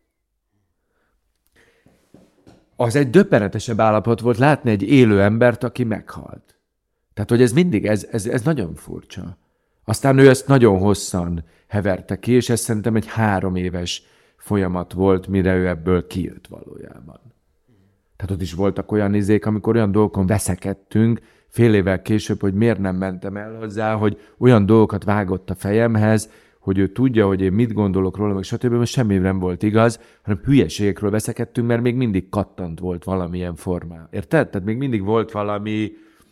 Az egy döbbenetesebb állapot volt látni egy élő embert, aki meghalt. Tehát, hogy ez mindig, ez, ez, ez nagyon furcsa. Aztán ő ezt nagyon hosszan heverte ki, és ez szerintem egy három éves folyamat volt, mire ő ebből kijött valójában. Tehát ott is voltak olyan izék, amikor olyan dolgokon veszekedtünk, fél évvel később, hogy miért nem mentem el hozzá, hogy olyan dolgokat vágott a fejemhez, hogy ő tudja, hogy én mit gondolok róla, meg stb., mert semmi nem volt igaz, hanem hülyeségekről veszekedtünk, mert még mindig kattant volt valamilyen formá. Érted? Tehát még mindig volt valami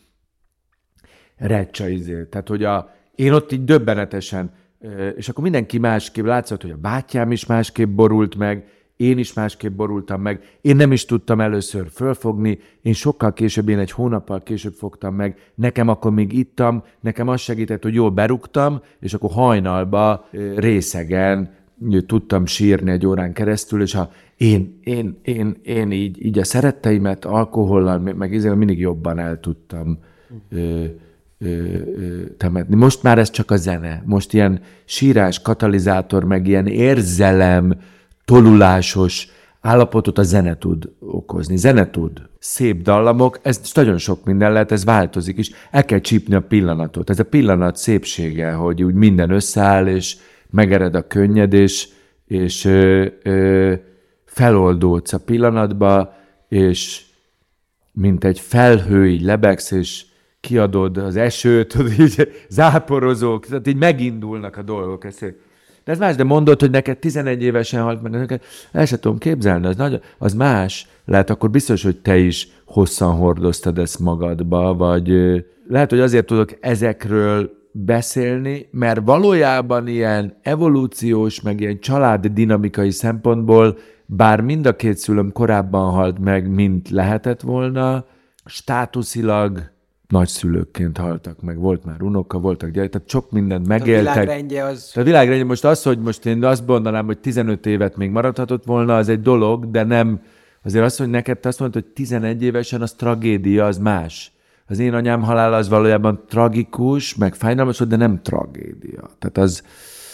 recsa izé. Tehát, hogy a, én ott így döbbenetesen, és akkor mindenki másképp látszott, hogy a bátyám is másképp borult meg, én is másképp borultam meg, én nem is tudtam először fölfogni, én sokkal később, én egy hónappal később fogtam meg, nekem akkor még ittam, nekem az segített, hogy jól berúgtam, és akkor hajnalba részegen tudtam sírni egy órán keresztül, és ha én, én, én, én így, így a szeretteimet alkohollal, meg ezzel mindig jobban el tudtam ö, ö, ö, temetni. Most már ez csak a zene. Most ilyen sírás, katalizátor, meg ilyen érzelem, tolulásos állapotot a zene tud okozni. Zene tud. Szép dallamok, ez nagyon sok minden lehet, ez változik is. El kell csípni a pillanatot. Ez a pillanat szépsége, hogy úgy minden összeáll, és megered a könnyed, és, és ö, ö, feloldódsz a pillanatba, és mint egy felhő így lebegsz, és kiadod az esőt, így záporozók, tehát így megindulnak a dolgok. De ez más, de mondod, hogy neked tizenegy évesen halt meg, neked el sem tudom képzelni, az, nagy, az más. Lehet akkor biztos, hogy te is hosszan hordoztad ezt magadba, vagy lehet, hogy azért tudok ezekről beszélni, mert valójában ilyen evolúciós, meg ilyen családi dinamikai szempontból, bár mind a két szülőm korábban halt meg, mint lehetett volna, státuszilag nagyszülőkként haltak meg, volt már unoka, voltak gyerek, tehát sok mindent megéltek. A világrendje az... A világrendje most az, hogy most én azt mondanám, hogy tizenöt évet még maradhatott volna, az egy dolog, de nem, azért azt, hogy neked te azt mondod, hogy tizenegy évesen az tragédia, az más. Az én anyám halála az valójában tragikus, meg fájdalmas, de nem tragédia. Tehát az,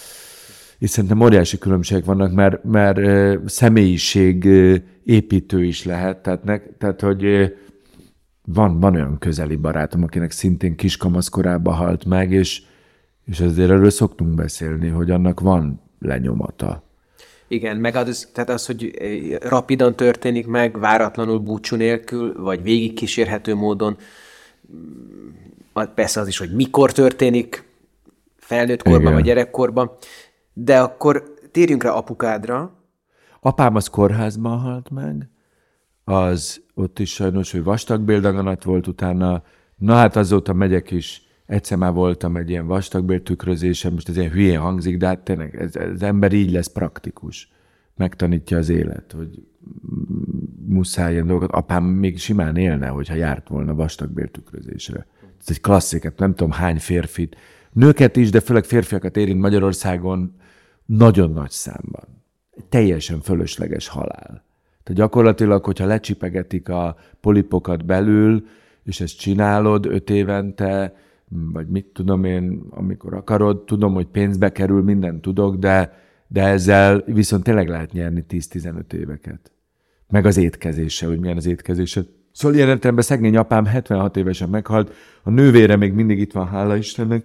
és szerintem óriási különbségek vannak, mert, mert személyiség építő is lehet, tehát, ne, tehát hogy Van, van olyan közeli barátom, akinek szintén kiskamaszkorában halt meg, és, és azért erről szoktunk beszélni, hogy annak van lenyomata. Igen, meg az, tehát az, hogy rapidan történik meg, váratlanul búcsú nélkül, vagy végigkísérhető módon, persze az is, hogy mikor történik, felnőtt korban, igen, vagy gyerekkorban, de akkor térjünk rá apukádra. Apám az kórházban halt meg, az ott is sajnos, hogy vastagbéldaganat volt utána. Na hát azóta megyek is, egyszer már voltam egy ilyen vastagbéltükrözésen, most ez ilyen hülyén hangzik, de hát tényleg ez, az ember így lesz praktikus. Megtanítja az élet, hogy muszáj ilyen dolgokat. Apám még simán élne, hogyha járt volna vastagbéltükrözésre. Ez egy klasszik, hát nem tudom hány férfit, nőket is, de főleg férfiakat érint Magyarországon nagyon nagy számban. Teljesen fölösleges halál. Tehát gyakorlatilag, hogyha lecsipegetik a polipokat belül, és ezt csinálod öt évente, vagy mit tudom én, amikor akarod, tudom, hogy pénzbe kerül, mindent tudok, de, de ezzel viszont tényleg lehet nyerni tíz-tizenöt éveket. Meg az étkezéssel, hogy milyen az étkezéssel. Szóval ilyen értelemben szegény apám hetvenhat évesen meghalt, a nővére még mindig itt van, hála Istennek,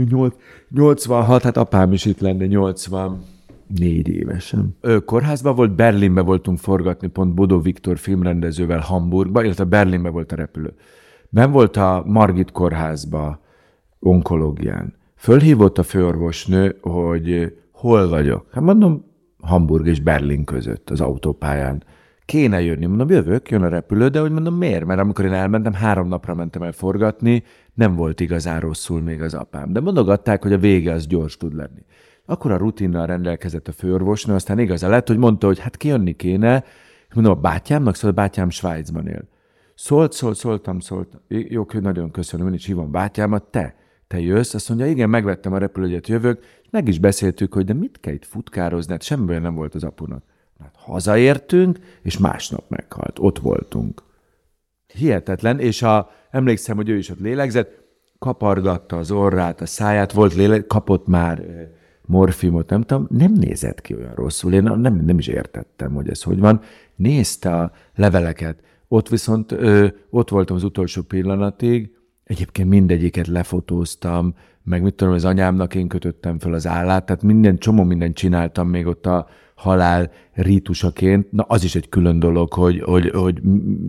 nyolcvanhat, hát apám is itt lenne nyolcvannégy évesen. Ő kórházban volt, Berlinbe voltunk forgatni, pont Bodó Viktor filmrendezővel Hamburgba, illetve Berlinbe volt a repülő. Ben volt a Margit kórházba, onkológián. Fölhívott a főorvosnő, hogy hol vagyok. Hát mondom, Hamburg és Berlin között, az autópályán. Kéne jönni. Mondom, jövök, jön a repülő, de hogy mondom, miért? Mert amikor én elmentem, három napra mentem el forgatni, nem volt igazán rosszul még az apám. De mondogatták, hogy a vége az gyors tud lenni. Akkor a rutinnal rendelkezett a főorvosnő, aztán igaza lett, hogy mondta, hogy hát kijönni kéne. Mondom, a bátyámnak, szóval a bátyám Svájcban él. Szólt, szólt, szóltam, szóltam. Jó, nagyon köszönöm, én is hívom bátyámat, te, te jössz? Azt mondja, igen, megvettem a repülőjegyet, jövök, és meg is beszéltük, hogy de mit kell itt futkározni, hát semmiből nem volt az apunak. Hát hazaértünk, és másnap meghalt, ott voltunk. Hihetetlen, és a, emlékszem, hogy ő is ott lélegzett, kapargatta az orrát, a száját, volt léleg, kapott már morfimot, nem tudom, nem nézett ki olyan rosszul, én nem, nem is értettem, hogy ez hogy van. Nézte a leveleket, ott viszont ö, ott voltam az utolsó pillanatig, egyébként mindegyiket lefotóztam, meg mit tudom, az anyámnak én kötöttem fel az állát, tehát minden, csomó mindent csináltam még ott a halál rítusaként. Na, az is egy külön dolog, hogy, hogy, hogy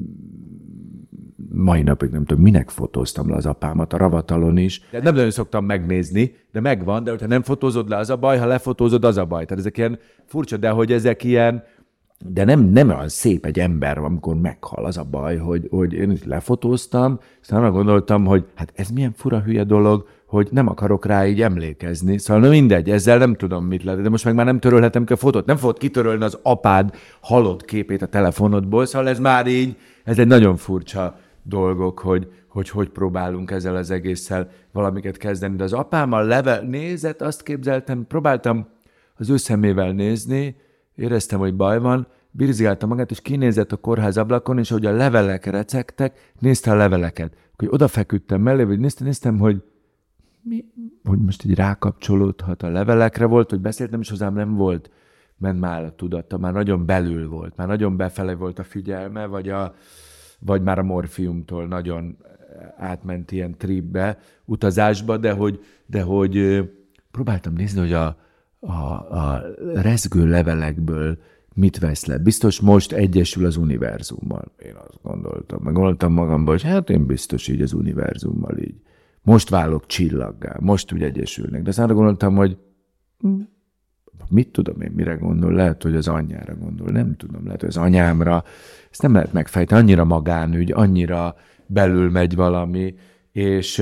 mai napig nem tudom, minek fotóztam le az apámat, a ravatalon is. De nem nagyon szoktam megnézni, de megvan, de hogyha nem fotózod le, az a baj, ha lefotózod, az a baj. Tehát ezek ilyen furcsa, de hogy ezek ilyen, de nem, nem olyan szép egy ember, amikor meghal, az a baj, hogy, hogy én is lefotóztam, aztán arra gondoltam, hogy hát ez milyen fura hülye dolog, hogy nem akarok rá így emlékezni. Szóval na mindegy, ezzel nem tudom, mit lehet, de most meg már nem törölhetem ki a fotót. Nem fogod kitörölni az apád halott képét a telefonodból, szóval ez már így, ez egy nagyon furcsa dolgok, hogy hogy, hogy próbálunk ezzel az egésszel valamiket kezdeni. De az apámmal level nézett, azt képzeltem, próbáltam az ő szemével nézni, éreztem, hogy baj van, birzigálta magát, és kinézett a kórház ablakon, és ahogy a levelek recegtek, nézte a leveleket. Hogy odafeküdtem mellé, vagy néztem, néztem, hogy mi, hogy most így rákapcsolódhat a levelekre volt, hogy beszéltem, és hozzám nem volt, ment már a tudata, már nagyon belül volt, már nagyon befele volt a figyelme, vagy, a, vagy már a morfiumtól nagyon átment ilyen tripbe, utazásba, de hogy, de hogy próbáltam nézni, hogy a, a, a rezgő levelekből mit vesz le. Biztos most egyesül az univerzummal. Én azt gondoltam. Meg gondoltam magamban, hogy hát én biztos így az univerzummal így. Most válok csillaggá, most úgy egyesülnek. De aztán arra gondoltam, hogy hm, mit tudom én, mire gondol? Lehet, hogy az anyjára gondol. Nem tudom, lehet, hogy az anyámra. Ezt nem lehet megfejteni. Annyira magánügy, annyira belül megy valami, és,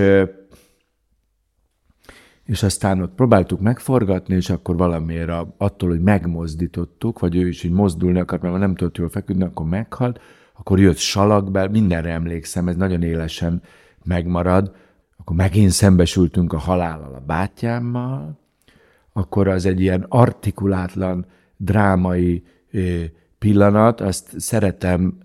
és aztán ott próbáltuk megforgatni, és akkor valamiért attól, hogy megmozdítottuk, vagy ő is így mozdulni akart, mert nem tudott jól feküdni, akkor meghalt, akkor jött salakbel, mindenre emlékszem, ez nagyon élesen megmarad, akkor megint szembesültünk a halállal a bátyámmal, akkor az egy ilyen artikulátlan, drámai pillanat, azt szeretem,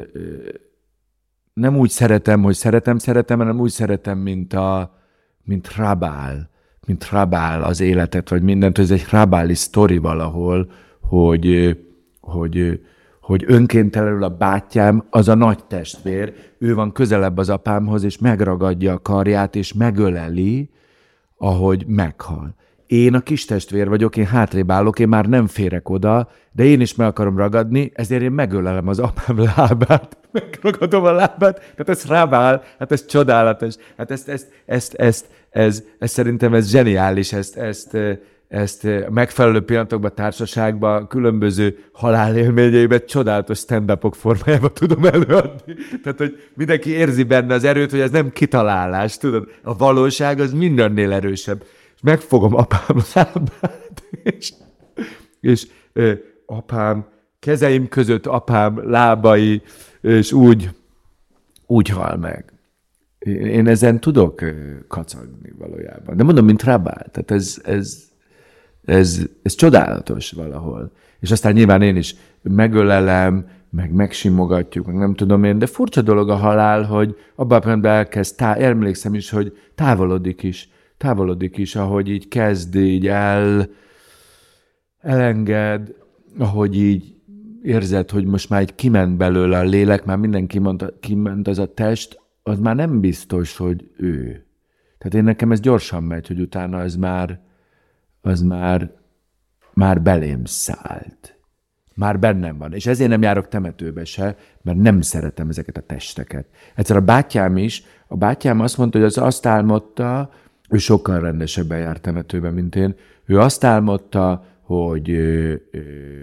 nem úgy szeretem, hogy szeretem, szeretem, hanem úgy szeretem, mint a, mint Rabál, mint Rabál az életet, vagy mindent, hogy ez egy rabáli sztori valahol, hogy, hogy, hogy önkéntelenül a bátyám az a nagy testvér, ő van közelebb az apámhoz, és megragadja a karját, és megöleli, ahogy meghal. Én a kis testvér vagyok, én hátrébb állok, én már nem férek oda, de én is meg akarom ragadni, ezért én megölelem az apám lábát, megragadom a lábát, tehát ez Rabál, hát ez csodálatos, hát ezt, ezt, ezt, ezt, ez, ez szerintem ez zseniális, ezt, ezt, ezt megfelelő pillanatokban, társaságban, különböző halálélményeiben csodálatos stand-upok formájában tudom előadni. Tehát, hogy mindenki érzi benne az erőt, hogy ez nem kitalálás, tudod? A valóság az mindennél erősebb. És megfogom apám lábát, és, és ö, apám kezeim között apám lábai, és úgy, úgy hal meg. Én ezen tudok kacagni valójában. De mondom, mint Rabál. Tehát ez, ez, ez, ez csodálatos valahol. És aztán nyilván én is megölelem, meg megsimogatjuk, meg nem tudom én, de furcsa dolog a halál, hogy abban a pillanatban elkezd, tá- emlékszem is, hogy távolodik is, távolodik is, ahogy így kezd, így el, elenged, ahogy így érzed, hogy most már így kiment belőle a lélek, már mindenki mondta, kiment az a test, az már nem biztos, hogy ő. Tehát én nekem ez gyorsan megy, hogy utána az már, az már, már belém szállt. Már bennem van. És ezért nem járok temetőbe se, mert nem szeretem ezeket a testeket. Egyszer a bátyám is, a bátyám azt mondta, hogy az azt álmodta, ő sokkal rendesebben jár temetőbe, mint én, ő azt álmodta, hogy ö, ö,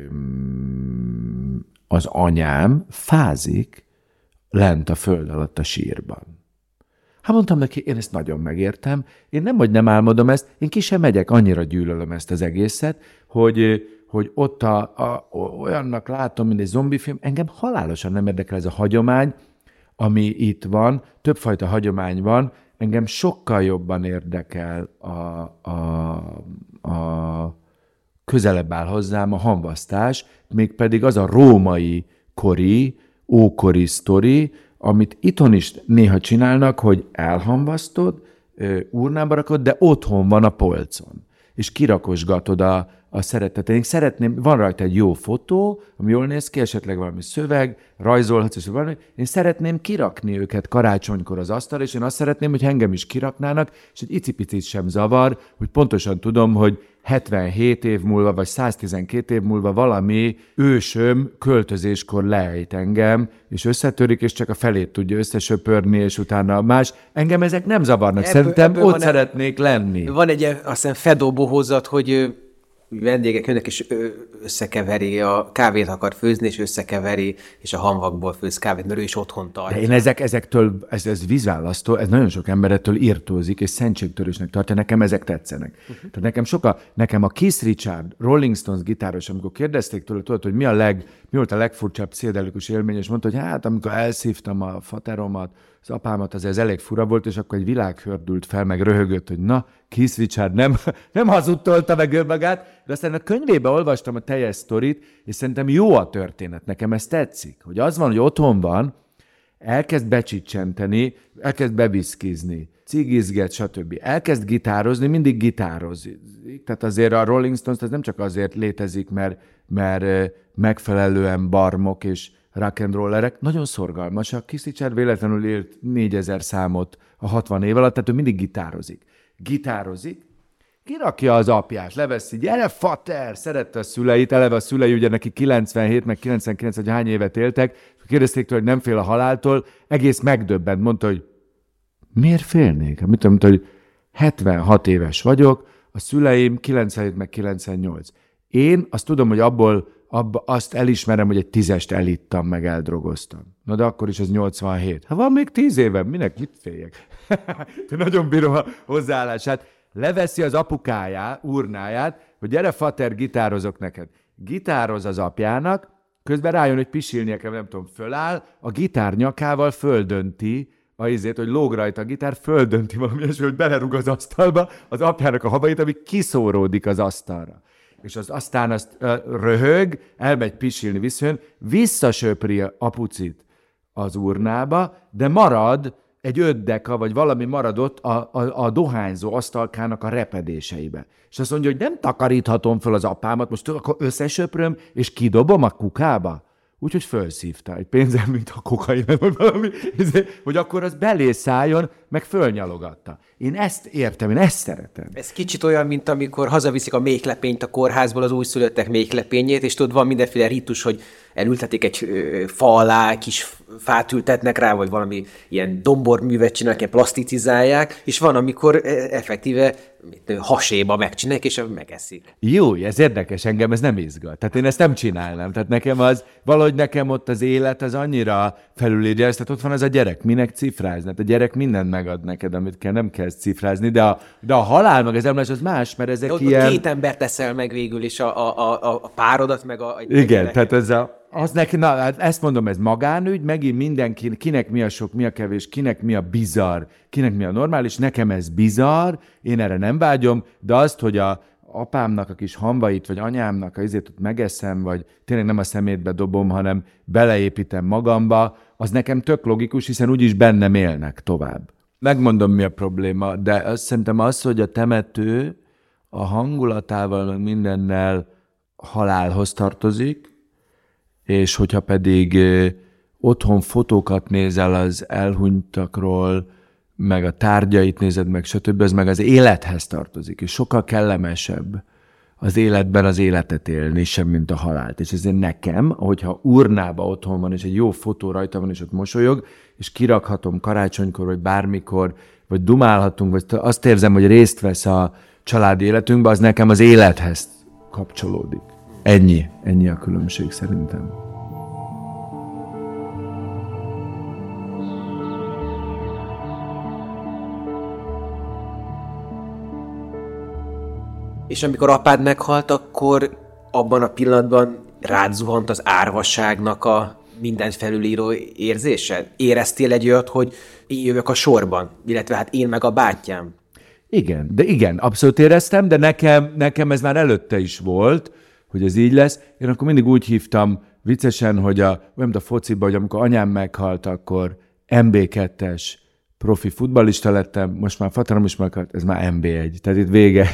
az anyám fázik lent a föld alatt a sírban. Hát mondtam neki, én ezt nagyon megértem, én nem, hogy nem álmodom ezt, én ki sem megyek, annyira gyűlölöm ezt az egészet, hogy, hogy ott a, a, olyannak látom, mint egy zombifilm, engem halálosan nem érdekel ez a hagyomány, ami itt van, többfajta hagyomány van, engem sokkal jobban érdekel a, a, a közelebb áll hozzám a hamvasztás, mégpedig az a római kori, ókori sztori, amit itthon is néha csinálnak, hogy elhamvasztod, urnába rakod, de otthon van a polcon, és kirakosgatod a, a szeretetet. Én szeretném, van rajta egy jó fotó, ami jól néz ki, esetleg valami szöveg, rajzolhatsz, és valami. Én szeretném kirakni őket karácsonykor az asztalra, és én azt szeretném, hogy engem is kiraknának, és egy icipicit sem zavar, hogy pontosan tudom, hogy hetvenhét év múlva, vagy száztizenkét év múlva valami ősöm költözéskor lejt engem, és összetörik, és csak a felét tudja összesöpörni, és utána más. Engem ezek nem zavarnak. Ebből, Szerintem ebből ott szeretnék lenni. Van egy, azt hiszem, Fedó bohózat, hogy vendégek jönnek, és összekeveri, a kávét akar főzni, és összekeveri, és a hamvakból főz kávét, mert ő is otthon tartja. De én ezek, ezektől, ez, ez vízválasztó, ez nagyon sok emberettől írtózik, és szentségtörősnek tartja, nekem ezek tetszenek. Uh-huh. Tehát nekem soka, nekem a Keith Richard, Rolling Stones gitáros, amikor kérdezték tőle, tudod, hogy mi, a leg, mi volt a legfurcsább pszichedelikus élmény, és mondta, hogy hát, amikor elszívtam a fateromat, az apámat, azért ez elég fura volt, és akkor egy világ hördült fel, meg röhögött, hogy na, Keith Richard nem, nem hazudtolta meg önmagát, de aztán a könyvébe olvastam a teljes sztorit, és szerintem jó a történet, nekem ez tetszik, hogy az van, hogy otthon van, elkezd becsicsenteni, elkezd beviszkizni, cigizget, stb. Elkezd gitározni, mindig gitározik. Tehát azért a Rolling Stones az nem csak azért létezik, mert, mert megfelelően barmok és rock and rollerek, nagyon szorgalmasak. Keith Richard véletlenül élt négyezer számot a hatvan év alatt, tehát ő mindig gitározik. Gitározik, kirakja az apjás, leveszi, gyere fater, szerette a szüleit, eleve a szülei ugye neki kilencvenhét, meg kilencvenkilenc, vagy hány évet éltek, kérdezték tőle, hogy nem fél a haláltól, egész megdöbbent, mondta, hogy miért félnék? Mit tudom, hogy hetvenhat éves vagyok, a szüleim kilencvenhét, meg kilencvennyolc. Én azt tudom, hogy abból abba azt elismerem, hogy egy tízest elittam, meg eldrogoztam. Na de akkor is ez nyolcvanhét. Ha van még tíz évem, minek mit féljek? Nagyon bírom a hozzáállását. Leveszi az apukáját, urnáját, hogy gyere fater, gitározok neked. Gitároz az apjának, közben rájön, hogy pisilnie kell, nem tudom, föláll, a gitár nyakával földönti, azért, hogy lóg rajta a gitár, földönti valami ilyesmi, hogy belerúg az asztalba az apjának a habait, ami kiszóródik az asztalra. És az aztán azt uh, röhög, elmegy pisilni, visszajön, visszasöpri a apucit az urnába, de marad egy öt deka, vagy valami maradott a, a, a dohányzó asztalkának a repedéseibe. És azt mondja, hogy nem takaríthatom föl az apámat, most akkor összesöpröm, és kidobom a kukába. Úgyhogy felszívta egy pénzem, mint a kokain, vagy valami, hogy akkor az belészálljon, meg fölnyalogatta. Én ezt értem, én ezt szeretem. Ez kicsit olyan, mint amikor hazaviszik a méhlepényt a kórházból, az újszülöttek méhlepényét, és tudod, van mindenféle ritus, hogy elültetik egy fa alá, kis fát ültetnek rá, vagy valami ilyen domborművet csinálják, ilyen plasticizálják, és van, amikor effektíve haséba megcsinálják, és megeszik. Jó, ez érdekes, engem ez nem izgat. Tehát én ezt nem csinálnám. Tehát nekem az, valahogy nekem ott az élet az annyira felülírja ezt, tehát ott van az a gyerek, minek cifrázni? Hát a gyerek mindent megad neked, amit kell, nem kell cifrázni, de a, de a halál meg az emlás az más, mert ezek ott, ilyen... Ott két embert teszel meg végül, és a, a, a, a párodat, meg a... a Igen, gyereket. tehát ez a... Az neki, na, hát ezt mondom, ez magánügy, megint mindenki, kinek mi a sok, mi a kevés, kinek mi a bizarr, kinek mi a normális, nekem ez bizarr, én erre nem vágyom, de azt, hogy a apámnak a kis hambait, vagy anyámnak a izét ott megeszem, vagy tényleg nem a szemétbe dobom, hanem beleépítem magamba, az nekem tök logikus, hiszen úgyis bennem élnek tovább. Megmondom, mi a probléma, de azt szerintem az, hogy a temető a hangulatával, meg mindennel halálhoz tartozik, és hogyha pedig ö, otthon fotókat nézel az elhunytakról, meg a tárgyait nézed meg, stb., az meg az élethez tartozik, és sokkal kellemesebb az életben az életet élni, sem mint a halált. És ezért nekem, hogyha urnába otthon van, és egy jó fotó rajta van, és ott mosolyog, és kirakhatom karácsonykor, vagy bármikor, vagy dumálhatunk, vagy azt érzem, hogy részt vesz a családi életünkben, az nekem az élethez kapcsolódik. Ennyi, ennyi a különbség szerintem. És amikor apád meghalt, akkor abban a pillanatban rád zuhant az árvasságnak a mindent felülíró érzése? Éreztél egy olyat, hogy én jövök a sorban, illetve hát én meg a bátyám? Igen, de igen, abszolút éreztem, de nekem, nekem ez már előtte is volt, hogy ez így lesz. Én akkor mindig úgy hívtam viccesen, hogy a, olyan, a fociban, hogy amikor anyám meghalt, akkor em bé kettes profi futballista lettem, most már Fatanom is meghalt, ez már em bé egy, tehát itt vége.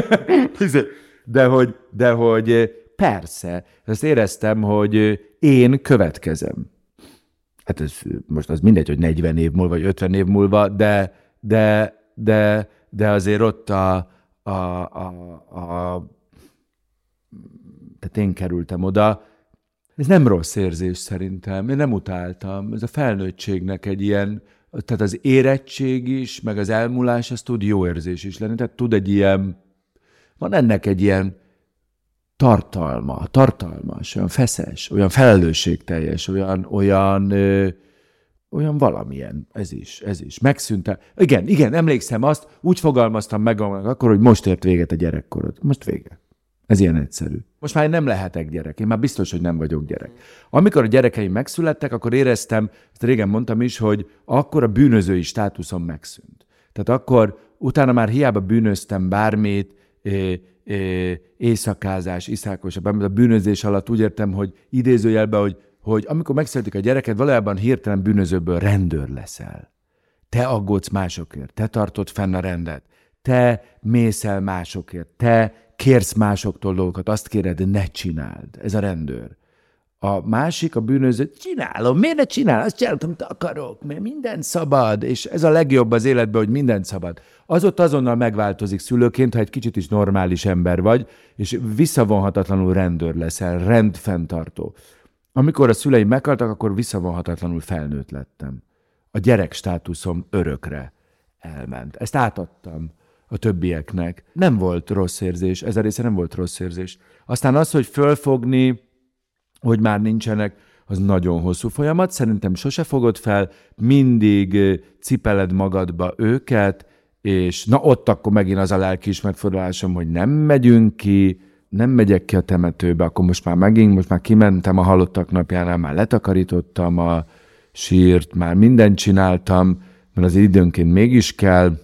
de, hogy, de hogy persze, ezt éreztem, hogy én következem. Hát ez most az mindegy, hogy negyven év múlva, vagy ötven év múlva, de, de, de, de azért ott a, a, a, a tehát én kerültem oda. Ez nem rossz érzés szerintem, én nem utáltam. Ez a felnőttségnek egy ilyen, tehát az érettség is, meg az elmúlás, az tud jó érzés is lenni. Tehát tud egy ilyen, van ennek egy ilyen tartalma, tartalmas, olyan feszes, olyan felelősségteljes, olyan, olyan, ö, olyan valamilyen, ez is, ez is. Megszűnt. Igen, igen, emlékszem azt, úgy fogalmaztam meg akkor, hogy most ért véget a gyerekkorod. Most vége. Ez ilyen egyszerű. Most már én nem lehetek gyerek, én már biztos, hogy nem vagyok gyerek. Amikor a gyerekeim megszülettek, akkor éreztem, ezt régen mondtam is, hogy akkor a bűnözői státuszom megszűnt. Tehát akkor utána már hiába bűnöztem bármit, é, é, éjszakázás, iszákos, a bűnözés alatt úgy értem, hogy idézőjelben, hogy, hogy amikor megszületik a gyereked, valójában hirtelen bűnözőből rendőr leszel. Te aggódsz másokért, te tartod fenn a rendet, te mész el másokért, te kérsz másoktól dolgokat, azt kéred, ne csináld. Ez a rendőr. A másik, a bűnöző, csinálom, miért ne csinál? Azt csinálom, amit akarok, mert minden szabad, és ez a legjobb az életben, hogy minden szabad. Az ott azonnal megváltozik szülőként, ha egy kicsit is normális ember vagy, és visszavonhatatlanul rendőr leszel, rendfenntartó. Amikor a szüleim meghaltak, akkor visszavonhatatlanul felnőtt lettem. A gyerek státuszom örökre elment. Ezt átadtam a többieknek. Nem volt rossz érzés, ez a része nem volt rossz érzés. Aztán az, hogy fölfogni, hogy már nincsenek, az nagyon hosszú folyamat. Szerintem sose fogod fel, mindig cipeled magadba őket, és na ott akkor megint az a lelkiismert fordulásom, hogy nem megyünk ki, nem megyek ki a temetőbe, akkor most már megint, most már kimentem a halottak napjánál, már letakarítottam a sírt, már mindent csináltam, mert az időnként mégis kell,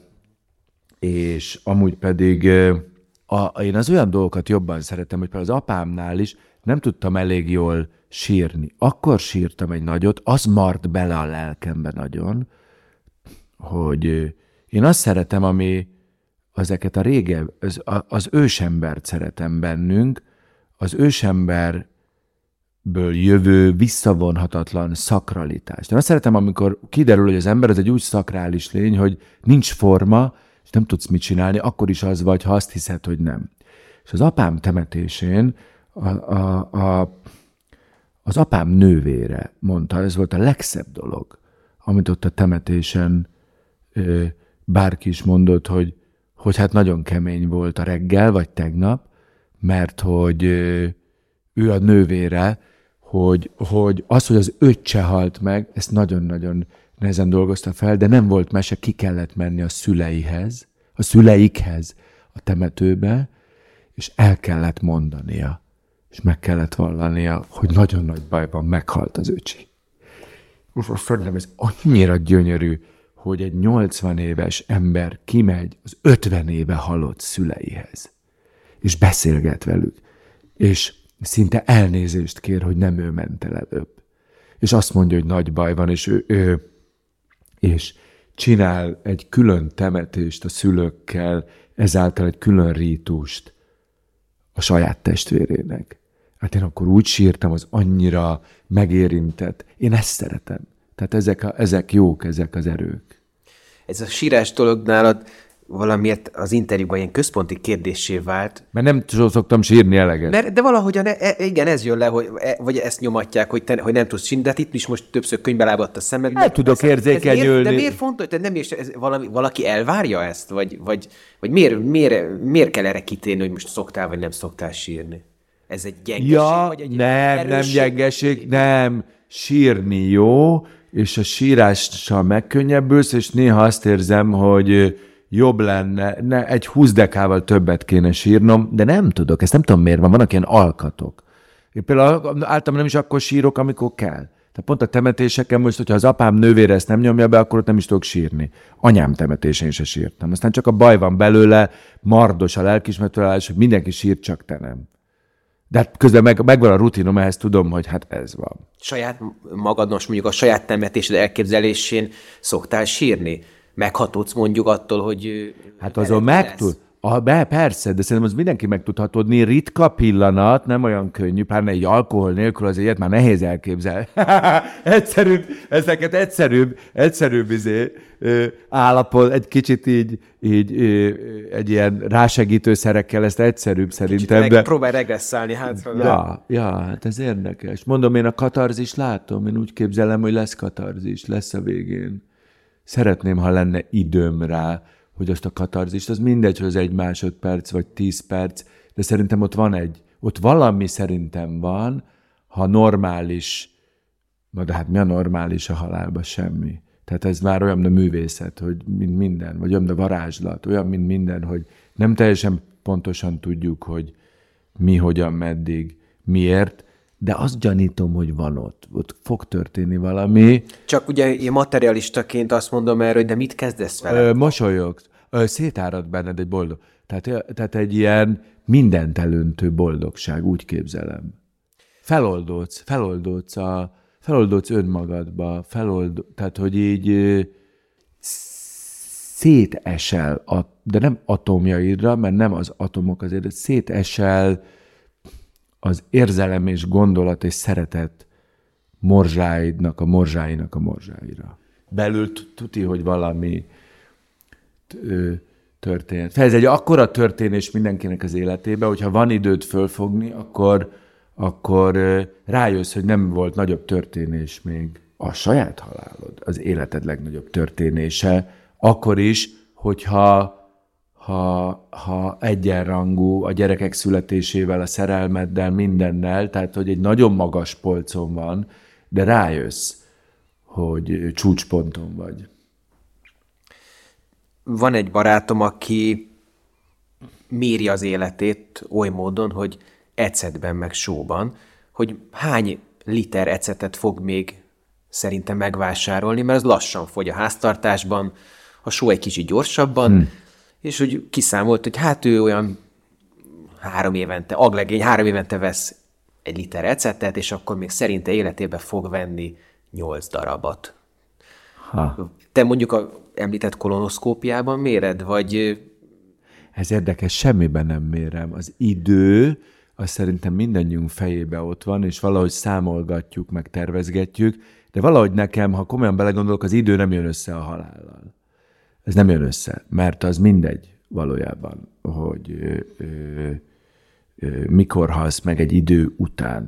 és amúgy pedig a, én az olyan dolgokat jobban szeretem, hogy például az apámnál is nem tudtam elég jól sírni. Akkor sírtam egy nagyot, az mart bele a lelkembe nagyon, hogy én azt szeretem, ami ezeket a régebb, az, az ősembert szeretem bennünk, az ősemberből jövő visszavonhatatlan szakralitást. Én azt szeretem, amikor kiderül, hogy az ember az egy úgy szakrális lény, hogy nincs forma, és nem tudsz mit csinálni, akkor is az vagy, ha azt hiszed, hogy nem. És az apám temetésén a, a, a, az apám nővére mondta, ez volt a legszebb dolog, amit ott a temetésen ö, bárki is mondott, hogy, hogy hát nagyon kemény volt a reggel, vagy tegnap, mert hogy ö, ő a nővére, hogy, hogy az, hogy az öccse halt meg, ezt nagyon-nagyon nehezen dolgozta fel, de nem volt mese, ki kellett menni a szüleihez, a szüleikhez a temetőbe, és el kellett mondania, és meg kellett vallania, hogy nagyon nagy bajban meghalt az öcsi. Most azt mondom, ez annyira gyönyörű, hogy egy nyolcvan éves ember kimegy az ötven éve halott szüleihez, és beszélget velük, és szinte elnézést kér, hogy nem ő ment el előbb. És azt mondja, hogy nagy baj van, és ő, ő és csinál egy külön temetést a szülőkkel, ezáltal egy külön rítust a saját testvérének. Hát én akkor úgy sírtam, az annyira megérintett. Én ezt szeretem. Tehát ezek, a, ezek jók, ezek az erők. Ez a sírás dolog nálad valamiért az interjúban ilyen központi kérdéssé vált. Mert nem szoktam sírni eleget. Mert, de valahogyan, e, igen, ez jön le, hogy, e, vagy ezt nyomatják, hogy, te, hogy nem tudsz sírni, de hát itt is most többször könyvbe lábadt a szemed. El tudok ez, érzékenyülni. Ez miért, de miért fontos? Tehát nem is, ez valami, valaki elvárja ezt? Vagy, vagy, vagy miért, miért, miért kell erre kitérni, hogy most szoktál, vagy nem szoktál sírni? Ez egy gyengeség? Ja, vagy egy nem, erősség? nem gyengeség, nem. Sírni jó, és a sírással megkönnyebbülsz, és néha azt érzem, hogy jobb lenne, ne, egy húsz dekával többet kéne sírnom, de nem tudok, ezt nem tudom miért van, vannak ilyen alkatok. Én például általában nem is akkor sírok, amikor kell. Tehát pont a temetéseken most, hogyha az apám nővére ezt nem nyomja be, akkor ott nem is tudok sírni. Anyám temetésén se sírtam. Aztán csak a baj van belőle, mardos a lelkiismeretfelállás, hogy mindenki sírt, csak te nem. De hát közben meg, megvan a rutinom, ehhez tudom, hogy hát ez van. Saját magadnos, mondjuk a saját temetésed elképzelésén szoktál sírni? Meghatódsz mondjuk attól, hogy... Hát azon megtud. Ah, be, persze, de szerintem az mindenki meg tud hatódni. Ritka pillanat, nem olyan könnyű, pláne egy alkohol nélkül az ilyet már nehéz elképzelni. egyszerűbb, ezeket egyszerűbb, egyszerűbb izé, ö, állapot, egy kicsit így, így ö, egy ilyen rásegítő szerekkel, ezt egyszerűbb szerintem. Kicsit de... próbálj regresszálni. Hát, ja, ja, hát ez érdekes. Mondom, én a katarzist látom, én úgy képzelem, hogy lesz katarzis, lesz a végén. Szeretném, ha lenne időm rá, hogy azt a katarzist, az mindegy, hogy az egy másodperc, vagy tíz perc, de szerintem ott van egy, ott valami szerintem van, ha normális, na de hát mi a normális a halálban? Semmi. Tehát ez már olyan, mint a művészet, hogy mint minden, vagy olyan, mint a varázslat, olyan, mint minden, hogy nem teljesen pontosan tudjuk, hogy mi, hogyan, meddig, miért, de azt gyanítom, hogy van ott. Ott fog történni valami. Csak ugye én materialistaként azt mondom erről, hogy de mit kezdesz vele? Ö, mosolyogsz. Ö, szétárad benned egy boldog. Tehát, tehát egy ilyen mindent elöntő boldogság, úgy képzelem. Feloldódsz, feloldódsz, a, feloldódsz önmagadba, felold, tehát hogy így ö, szétesel, a, de nem atomjaidra, mert nem az atomok azért, szétesel az érzelem és gondolat és szeretet morzsáidnak, a morzsáinak a morzsáira. Belül tuti, hogy valami történt. Ez egy akkora történés mindenkinek az életében, hogyha van időt fölfogni, akkor, akkor rájössz, hogy nem volt nagyobb történés még a saját halálod, az életed legnagyobb történése, akkor is, hogyha ha, ha egyenrangú a gyerekek születésével, a szerelmeddel, mindennel, tehát hogy egy nagyon magas polcon van, de rájössz, hogy csúcsponton vagy. Van egy barátom, aki méri az életét oly módon, hogy ecetben meg sóban, hogy hány liter ecetet fog még szerintem megvásárolni, mert az lassan fogy a háztartásban, a só egy kicsit gyorsabban, hmm. és úgy kiszámolt, hogy hát ő olyan három évente, aglegény három évente vesz egy liter ecetet, és akkor még szerinte életében fog venni nyolc darabot. Ha. Te mondjuk a említett kolonoszkópiában méred, vagy... Ez érdekes, semmiben nem mérem. Az idő, az szerintem mindannyiunk fejébe ott van, és valahogy számolgatjuk, meg tervezgetjük, de valahogy nekem, ha komolyan belegondolok, az idő nem jön össze a halállal. Ez nem jön össze, mert az mindegy valójában, hogy ö, ö, ö, mikor halsz meg egy idő után.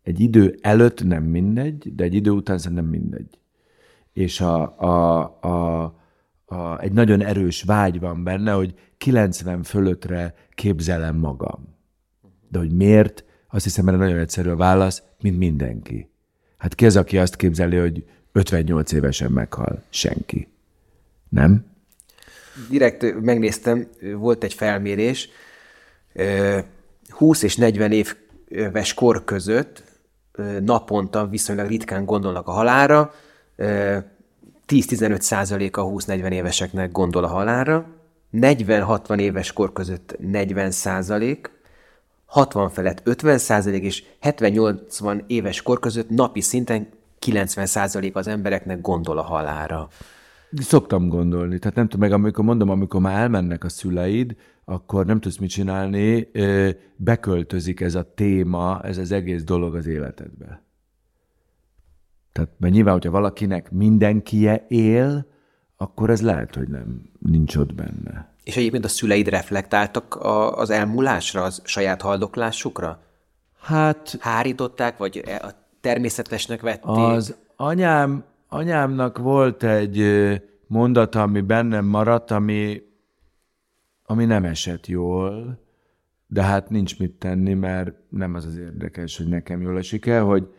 Egy idő előtt nem mindegy, de egy idő után szerintem mindegy. És a, a, a, a, egy nagyon erős vágy van benne, hogy kilencven fölöttre képzelem magam. De hogy miért? Azt hiszem, erre nagyon egyszerű a válasz, mint mindenki. Hát ki az, aki azt képzeli, hogy ötvennyolc évesen meghal? Senki. Nem? Direkt megnéztem, volt egy felmérés, húsz és negyven éves kor között naponta viszonylag ritkán gondolnak a halálra, tíz-tizenöt százaléka a húsz-negyven éveseknek gondol a halálra, negyven-hatvan éves kor között negyven százalék, hatvan felett ötven százalék, és hetven-nyolcvan éves kor között napi szinten kilencven százalék az embereknek gondol a halálra. Szoktam gondolni. Tehát nem tudom, meg amikor mondom, amikor már elmennek a szüleid, akkor nem tudsz mit csinálni, beköltözik ez a téma, ez az egész dolog az életedbe. Tehát, mert nyilván, hogyha valakinek mindenkie él, akkor ez lehet, hogy nem, nincs ott benne. És egyébként a szüleid reflektáltak a, az elmúlásra, az saját haldoklásukra? Hát... Hárították, vagy a természetesnek vették? Az anyám, anyámnak volt egy mondata, ami bennem maradt, ami, ami nem esett jól, de hát nincs mit tenni, mert nem az az érdekes, hogy nekem jól esik el, hogy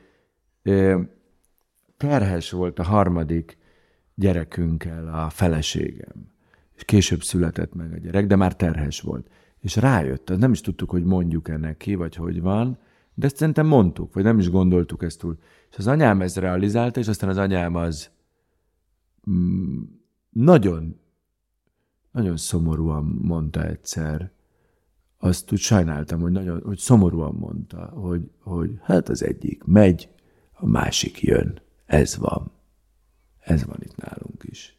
terhes volt a harmadik gyerekünkkel a feleségem. És később született meg a gyerek, de már terhes volt. És rájött, nem is tudtuk, hogy mondjuk-e neki, vagy hogy van, de ezt szerintem mondtuk, vagy nem is gondoltuk ezt túl. És az anyám ezt realizálta, és aztán az anyám az mm, nagyon, nagyon szomorúan mondta egyszer. Azt úgy sajnáltam, hogy, nagyon, hogy szomorúan mondta, hogy, hogy hát az egyik megy, a másik jön. Ez van. Ez van itt nálunk is.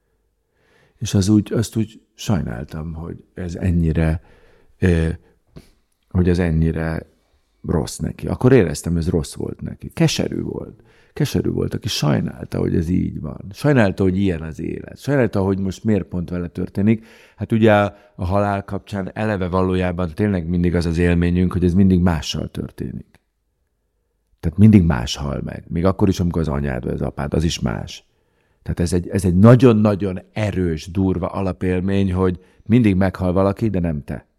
És az úgy, azt úgy sajnáltam, hogy ez ennyire, eh, hogy ez ennyire rossz neki. Akkor éreztem, ez rossz volt neki. Keserű volt. Keserű volt, aki sajnálta, hogy ez így van. Sajnálta, hogy ilyen az élet. Sajnálta, hogy most miért pont vele történik. Hát ugye a halál kapcsán eleve valójában tényleg mindig az az élményünk, hogy ez mindig mással történik. Tehát mindig más hal meg. Még akkor is, amikor az anyád vagy az apád, az is más. Tehát ez egy, ez egy nagyon-nagyon erős, durva alapélmény, hogy mindig meghal valaki, de nem te.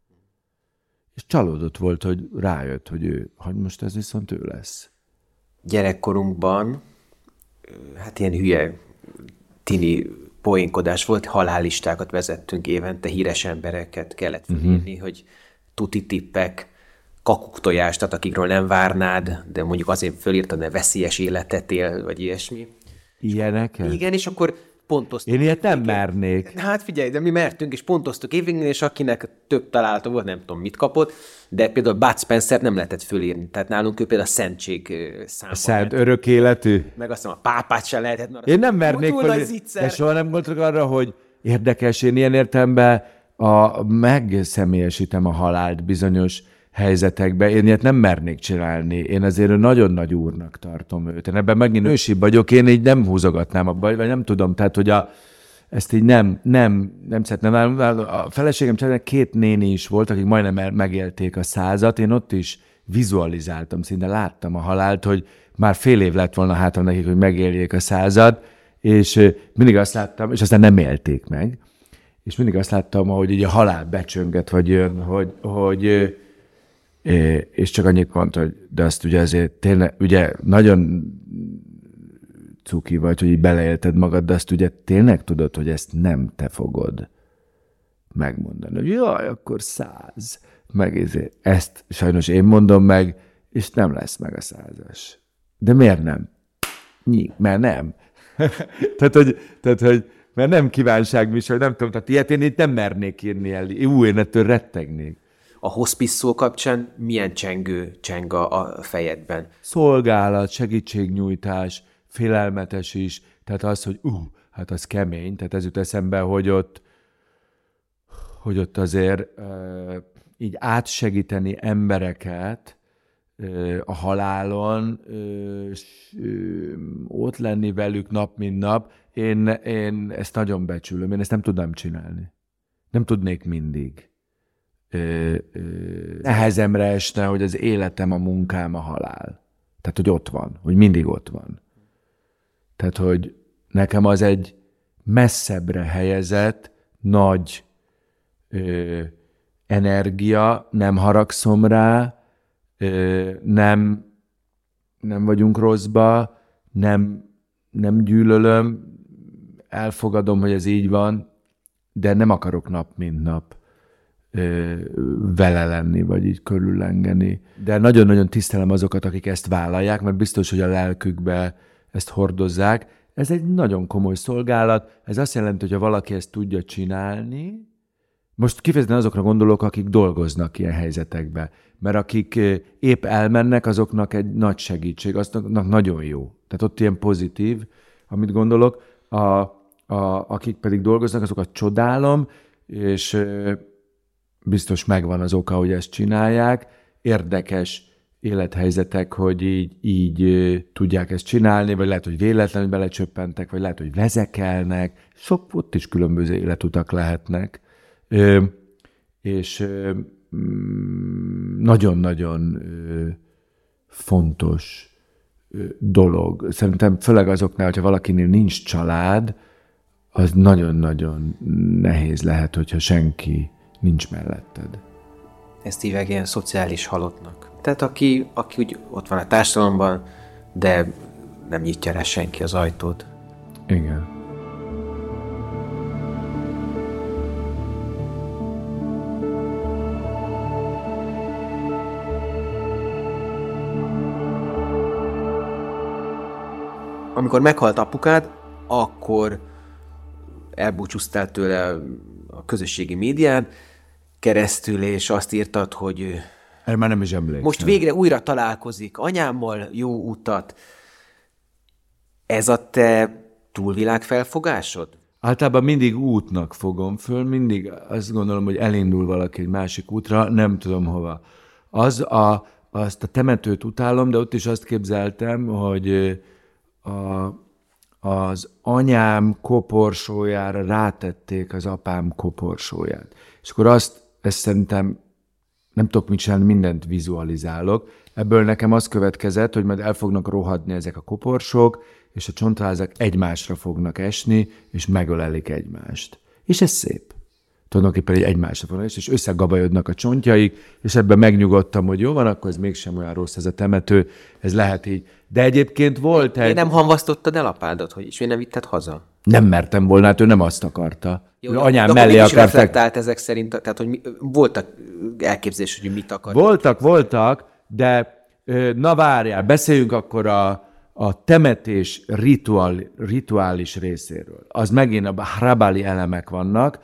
És csalódott volt, hogy rájött, hogy ő, hogy most ez viszont ő lesz. Gyerekkorunkban, hát ilyen hülye tini poénkodás volt, halállistákat vezettünk évente, híres embereket kellett felírni, uh-huh. hogy tuti tippek, kakuktojást, tehát akikről nem várnád, de mondjuk azért fölírtad, mert veszélyes életet él, vagy ilyesmi. Ilyeneket? Igen, és akkor pontoztuk. Én ilyet nem mernék. Hát figyelj, de mi mertünk, és pontoztuk évvégén, és akinek több találata volt, nem tudom, mit kapott, de például Bud Spencer nem lehetett fölírni. Tehát nálunk ő például a szentség számban. A szent örök életű? Meg azt mondom, a pápát sem lehetett. Na, én nem mernék fölírni, de soha nem gondolok arra, hogy érdekes, én ilyen értelemben a, megszemélyesítem a halált bizonyos helyzetekben. Én ilyet nem mernék csinálni. Én azért nagyon nagy úrnak tartom őt. Én ebben megint ősibb vagyok, én így nem húzogatnám abba, vagy nem tudom. Tehát, hogy a, ezt így nem, nem, nem szeretném. A feleségem csinálni két néni is volt, akik majdnem megélték a százat. Én ott is vizualizáltam, szinte láttam a halált, hogy már fél év lett volna hátra nekik, hogy megéljék a százat, és mindig azt láttam, és aztán nem élték meg. És mindig azt láttam, hogy így a halál becsönget, vagy jön, hogy, hogy É, és csak annyit mondta, hogy de azt ugye azért tényleg, ugye nagyon cuki vagy, hogy így beleélted magad, de azt ugye tényleg tudod, hogy ezt nem te fogod megmondani. Hogy jaj, akkor száz. Meg ezt sajnos én mondom meg, és nem lesz meg a százas. De miért nem? Nyí, mert nem. tehát, hogy, tehát, hogy mert nem kívánságműsor, nem tudom, tehát ilyet én itt nem mernék írni el. Ú, én ettől rettegnék. A hospice szó kapcsán milyen csengő cseng a fejedben? Szolgálat, segítségnyújtás, félelmetes is, tehát az, hogy ú, uh, hát az kemény, tehát ez jut eszembe, hogy ott, hogy ott azért uh, így átsegíteni embereket uh, a halálon, uh, és, uh, ott lenni velük nap, mint nap, én, én ezt nagyon becsülöm, én ezt nem tudnám csinálni. Nem tudnék mindig. Ö, ö, nehezemre esne, hogy az életem, a munkám, a halál. Tehát, hogy ott van, hogy mindig ott van. Tehát, hogy nekem az egy messzebbre helyezett, nagy ö, energia, nem haragszom rá, ö, nem, nem vagyunk rosszba, nem, nem gyűlölöm, elfogadom, hogy ez így van, de nem akarok nap, mint nap ö, vele lenni, vagy így körüllengeni. De nagyon-nagyon tisztelem azokat, akik ezt vállalják, mert biztos, hogy a lelkükbe ezt hordozzák. Ez egy nagyon komoly szolgálat. Ez azt jelenti, hogy ha valaki ezt tudja csinálni, most kifejezetten azokra gondolok, akik dolgoznak ilyen helyzetekben, mert akik épp elmennek, azoknak egy nagy segítség, azoknak nagyon jó. Tehát ott ilyen pozitív, amit gondolok. A, a, akik pedig dolgoznak, azokat csodálom, és biztos megvan az oka, hogy ezt csinálják. Érdekes élethelyzetek, hogy így, így tudják ezt csinálni, vagy lehet, hogy véletlenül belecsöppentek, vagy lehet, hogy vezekelnek. Sok ott is különböző életutak lehetnek. Ö, és ö, nagyon-nagyon ö, fontos ö, dolog. Szerintem főleg azoknál, hogyha valakinél nincs család, az nagyon-nagyon nehéz lehet, hogyha senki nincs melletted. Ezt hívják ilyen szociális halottnak. Tehát aki, aki úgy ott van a társadalomban, de nem nyitja rá senki az ajtót. Igen. Amikor meghalt apukád, akkor elbúcsúztál tőle a közösségi médián keresztül, és azt írtad, hogy Erre már nem is emlékszem. Most végre újra találkozik anyámmal, jó utat. Ez a te túlvilágfelfogásod? Általában mindig útnak fogom föl, mindig azt gondolom, hogy elindul valaki egy másik útra, nem tudom hova. Az a, azt a temetőt utálom, de ott is azt képzeltem, hogy a, az anyám koporsójára rátették az apám koporsóját. És akkor azt, ezt szerintem nem tudok mit csinálni, mindent vizualizálok. Ebből nekem az következett, hogy majd el fognak rohadni ezek a koporsók, és a csontvázak egymásra fognak esni, és megölelik egymást. És ez szép. Tulajdonképpen egy egymásra fognak esni, és összegabajodnak a csontjaik, és ebben megnyugodtam, hogy jó van, akkor ez mégsem olyan rossz ez a temető, ez lehet így. De egyébként volt egy... Én nem hamvasztottad el apádat, hogy és miért nem vitted haza? Nem mertem volna, hát ő nem azt akarta. Jó, anyám de mellé akarták. ezek szerint, tehát hogy mi, voltak elképzelés, hogy mit akar. Voltak, voltak, de na várjál, beszéljünk akkor a, a temetés rituál, rituális részéről. Az megint a hrabali elemek vannak,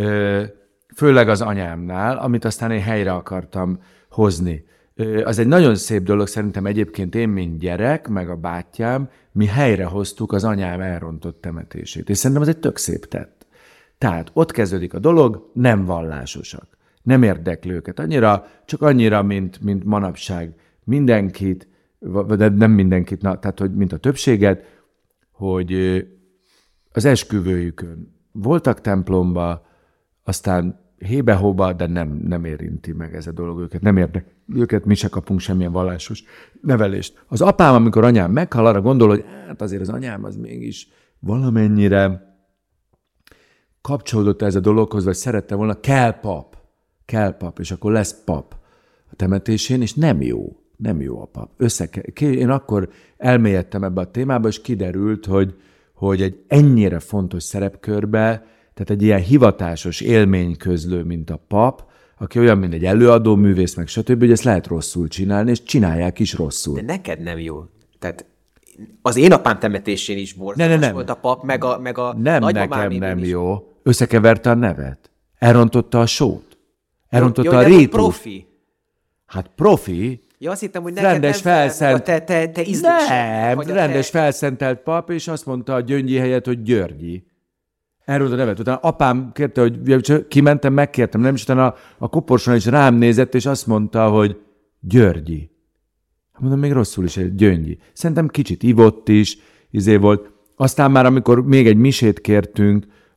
főleg az anyámnál, amit aztán én helyre akartam hozni. Az egy nagyon szép dolog, szerintem egyébként én, mint gyerek, meg a bátyám, mi helyre hoztuk az anyám elrontott temetését. És szerintem ez egy tök szép tett. Tehát ott kezdődik a dolog, nem vallásosak. Nem érdekli őket annyira, csak annyira, mint, mint manapság mindenkit, de nem mindenkit, na, tehát hogy mint a többséget, hogy az esküvőjükön voltak templomba, aztán hébe-hóba, de nem, nem érinti meg ez a dolog őket, nem érdekli őket, mi se kapunk semmilyen vallásos nevelést. Az apám, amikor anyám meghal, arra gondol, hogy hát azért az anyám az mégis valamennyire kapcsolódott ez a dologhoz, vagy szerette volna, kell pap, kell pap, és akkor lesz pap a temetésén, és nem jó, nem jó a pap. Össze kell, én akkor elmélyedtem ebbe a témába, és kiderült, hogy, hogy egy ennyire fontos szerepkörbe, tehát egy ilyen hivatásos élményközlő, mint a pap, aki olyan, mint egy előadó, művész, meg stb., hogy ezt lehet rosszul csinálni, és csinálják is rosszul. De neked nem jó. Tehát az én apám temetésén is borzalmas ne, ne, volt a pap, meg a, meg a nem nekem nem is. Jó. Összekeverte a nevet. Elrontotta a sót. Elrontotta jó, a rétút. Profi. Hát profi. Ja, azt hittem, hogy neked rendes nem felszent... te, te, te Nem, rendes te... felszentelt pap, és azt mondta a Gyöngyi helyett, hogy Györgyi. Erről a nevet. Utána apám kérte, hogy kimentem, megkértem, nem, és utána a, a koporson is rám nézett, és azt mondta, hogy Györgyi. Mondom, még rosszul is, Gyöngyi. Szerintem kicsit ivott is, izé volt. Aztán már, amikor még egy misét kértünk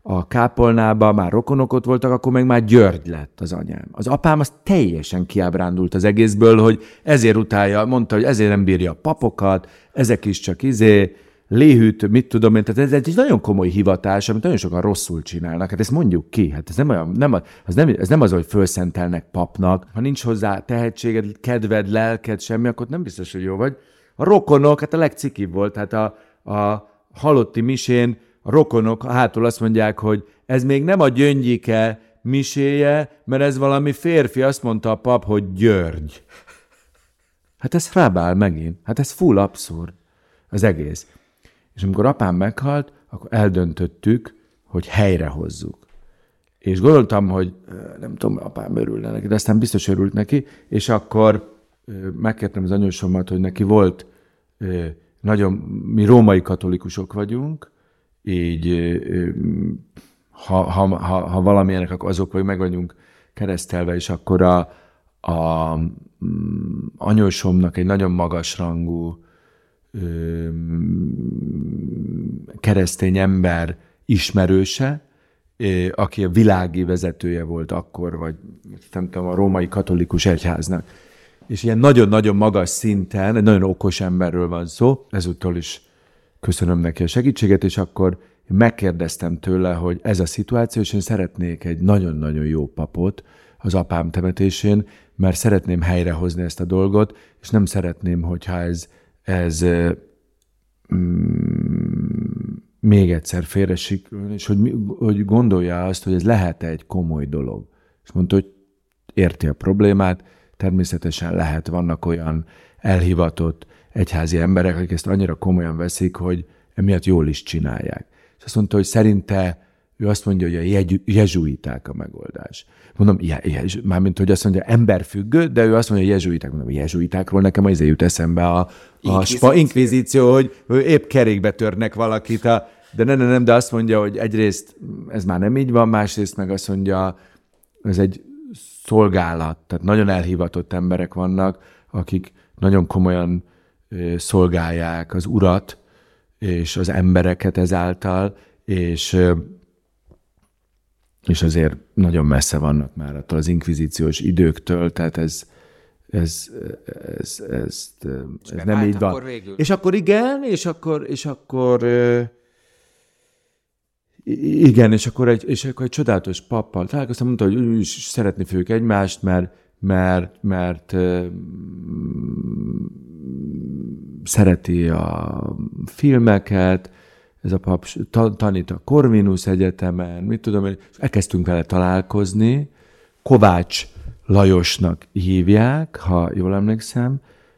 a kápolnában már rokonok ott voltak, akkor meg már György lett az anyám. Az apám az teljesen kiábrándult az egészből, hogy ezért utálja, mondta, hogy ezért nem bírja a papokat, ezek is csak izé, léhűt, mit tudom én, tehát ez egy nagyon komoly hivatás, amit nagyon sokan rosszul csinálnak. Hát ezt mondjuk ki, hát ez nem, olyan, nem, az, nem, ez nem az, hogy fölszentelnek papnak. Ha nincs hozzá tehetséged, kedved, lelked, semmi, akkor nem biztos, hogy jó vagy. A rokonok, hát a legcikibb volt, hát a, a halotti misén a rokonok hátul azt mondják, hogy ez még nem a Gyöngyike miséje, mert ez valami férfi, azt mondta a pap, hogy György. Hát ez rábál megint, hát ez full abszurd az egész. És amikor apám meghalt, akkor eldöntöttük, hogy helyrehozzuk. És gondoltam, hogy nem tudom, apám örülne neki, de aztán biztos örült neki, és akkor megkértem az anyósomat, hogy neki volt nagyon, mi római katolikusok vagyunk, így ha, ha, ha, ha valamilyenek, akkor azok vagy meg vagyunk keresztelve, és akkor a, a anyósomnak egy nagyon magas rangú keresztény ember ismerőse, aki a világi vezetője volt akkor, vagy nem tudom, a római katolikus egyháznak. És ilyen nagyon-nagyon magas szinten, egy nagyon okos emberről van szó, ezúttal is köszönöm neki a segítséget, és akkor megkérdeztem tőle, hogy ez a szituáció, és én szeretnék egy nagyon-nagyon jó papot az apám temetésén, mert szeretném helyrehozni ezt a dolgot, és nem szeretném, hogyha ez ez mm, még egyszer félresikül, és hogy, hogy gondolja azt, hogy ez lehet-e egy komoly dolog. És mondta, hogy érti a problémát, természetesen lehet, vannak olyan elhivatott egyházi emberek, akik ezt annyira komolyan veszik, hogy emiatt jól is csinálják. És azt mondta, hogy szerinte ő azt mondja, hogy a jezsuiták a megoldás. Mondom, jezsu, mármint, hogy azt mondja, emberfüggő, de ő azt mondja, hogy jezsuiták. Mondom, jezsuitákról nekem azért jut eszembe a, a spa inkvizíció, hogy épp kerékbe törnek valakit, a, de nem, nem, nem, de azt mondja, hogy egyrészt ez már nem így van, másrészt meg azt mondja, ez egy szolgálat, tehát nagyon elhivatott emberek vannak, akik nagyon komolyan szolgálják az urat és az embereket ezáltal, és és azért nagyon messze vannak már attól az inkvizíciós időktől, tehát ez, ez, ez, ez, ez nem így van. Végül. És akkor igen, és akkor, és akkor igen, és akkor egy, és akkor egy csodálatos pappal találkoztam, mondta, hogy ő is szeretni fogjuk egymást, mert, mert, mert uh, szereti a filmeket, ez a pap tanít a Corvinus Egyetemen, mit tudom én, és elkezdtünk vele találkozni. Kovács Lajosnak hívják, ha jól emlékszem.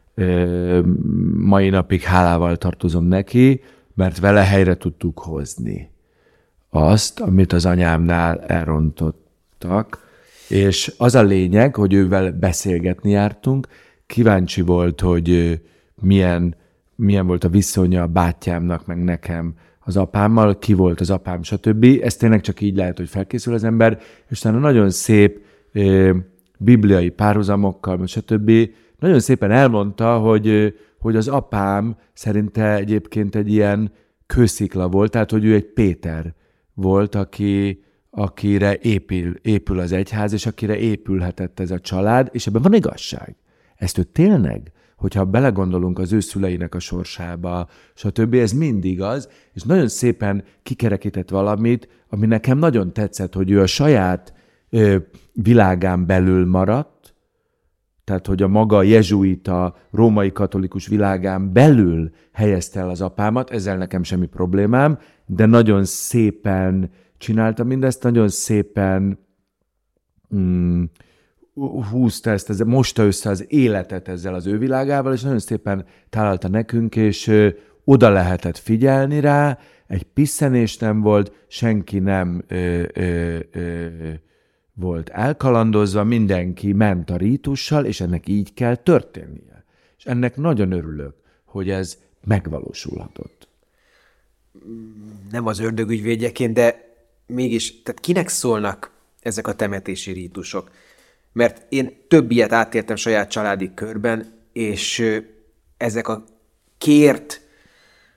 Mai napig hálával tartozom neki, mert vele helyre tudtuk hozni azt, amit az anyámnál elrontottak. És az a lényeg, hogy ővel beszélgetni jártunk, kíváncsi volt, hogy milyen, milyen volt a viszonya a bátyámnak, meg nekem, az apámmal, ki volt az apám, stb. Ez tényleg csak így lehet, hogy felkészül az ember, és utána nagyon szép eh, bibliai párhuzamokkal, stb. Nagyon szépen elmondta, hogy, hogy az apám szerinte egyébként egy ilyen kőszikla volt, tehát hogy ő egy Péter volt, aki, akire épül, épül az egyház, és akire épülhetett ez a család, és ebben van igazság. Ezt ő tényleg, hogyha belegondolunk az ő szüleinek a sorsába, stb., ez mindig az, és nagyon szépen kikerekített valamit, ami nekem nagyon tetszett, hogy ő a saját ö, világán belül maradt, tehát hogy a maga jezsuita, római katolikus világán belül helyezte el az apámat, ezzel nekem semmi problémám, de nagyon szépen csinálta mindezt, nagyon szépen mm, húzta ezt, ez, mosta össze az életet ezzel az ő világával, és nagyon szépen találta nekünk, és ö, oda lehetett figyelni rá, egy pisszenés nem volt, senki nem ö, ö, ö, volt elkalandozva, mindenki ment a rítussal, és ennek így kell történnie. És ennek nagyon örülök, hogy ez megvalósulhatott. Nem az ördög ügyvédjeként, de mégis, tehát kinek szólnak ezek a temetési rítusok? Mert én több ilyet átéltem saját családi körben, és ezek a kért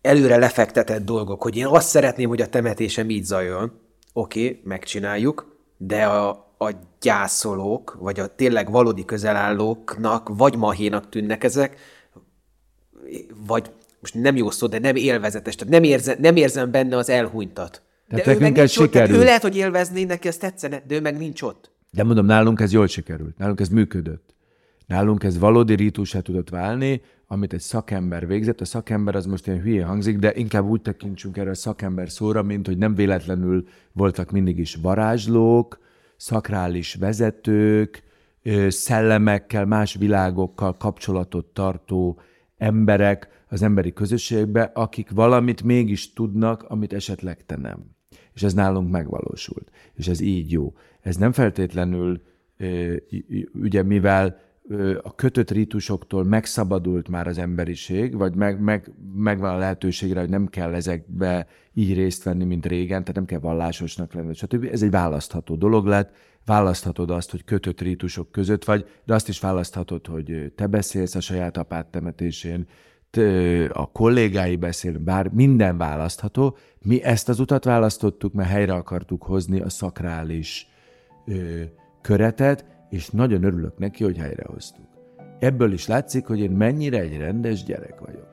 előre lefektetett dolgok, hogy én azt szeretném, hogy a temetésem így zajol. Oké, okay, megcsináljuk, de a, a gyászolók, vagy a tényleg valódi közelállóknak, vagy mahénak tűnnek ezek, vagy most nem jó szó, de nem élvezetes, tehát nem érzem, nem érzem benne az elhunytat. Tehát de ő meg nincs ott, tehát sikerült. ő lehet, hogy élvezni, neki ez tetszene, de ő meg nincs ott. De mondom, nálunk ez jól sikerült, nálunk ez működött. Nálunk ez valódi rítussá tudott válni, amit egy szakember végzett. A szakember az most ilyen hülye hangzik, de inkább úgy tekintsünk erre a szakember szóra, mint hogy nem véletlenül voltak mindig is varázslók, szakrális vezetők, szellemekkel, más világokkal kapcsolatot tartó emberek az emberi közösségbe, akik valamit mégis tudnak, amit esetleg te nem. És ez nálunk megvalósult. És ez így jó. Ez nem feltétlenül, ugye mivel a kötött rítusoktól megszabadult már az emberiség, vagy meg, meg, megvan a lehetőségre, hogy nem kell ezekbe így részt venni, mint régen, tehát nem kell vallásosnak lenni, stb. Ez egy választható dolog lett. Választhatod azt, hogy kötött rítusok között vagy, de azt is választhatod, hogy te beszélsz a saját apád temetésén, a kollégái beszélnek, bár minden választható. Mi ezt az utat választottuk, mert helyre akartuk hozni a szakrális ö, köretet, és nagyon örülök neki, hogy helyrehoztuk. Ebből is látszik, hogy én mennyire egy rendes gyerek vagyok.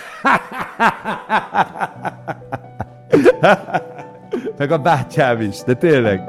Meg a bátyám is, de tényleg.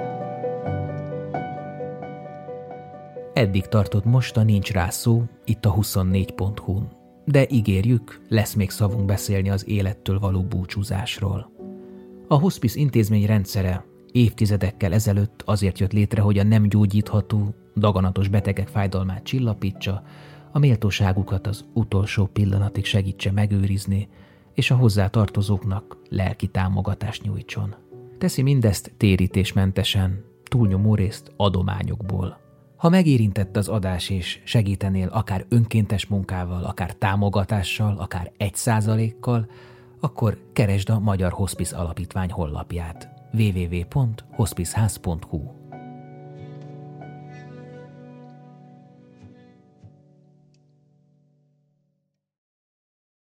Eddig tartott most a Nincs rá szó, itt a huszonnégy pont hu-n. De ígérjük, lesz még szavunk beszélni az élettől való búcsúzásról. A hospice intézmény rendszere évtizedekkel ezelőtt azért jött létre, hogy a nem gyógyítható, daganatos betegek fájdalmát csillapítsa, a méltóságukat az utolsó pillanatig segítse megőrizni, és a hozzátartozóknak lelki támogatást nyújtson. Teszi mindezt térítésmentesen, túlnyomó részt adományokból. Ha megérintett az adás és segítenél akár önkéntes munkával, akár támogatással, akár egy százalékkal, akkor keresd a Magyar Hospice Alapítvány honlapját double-u double-u double-u pont hospiceház pont hu.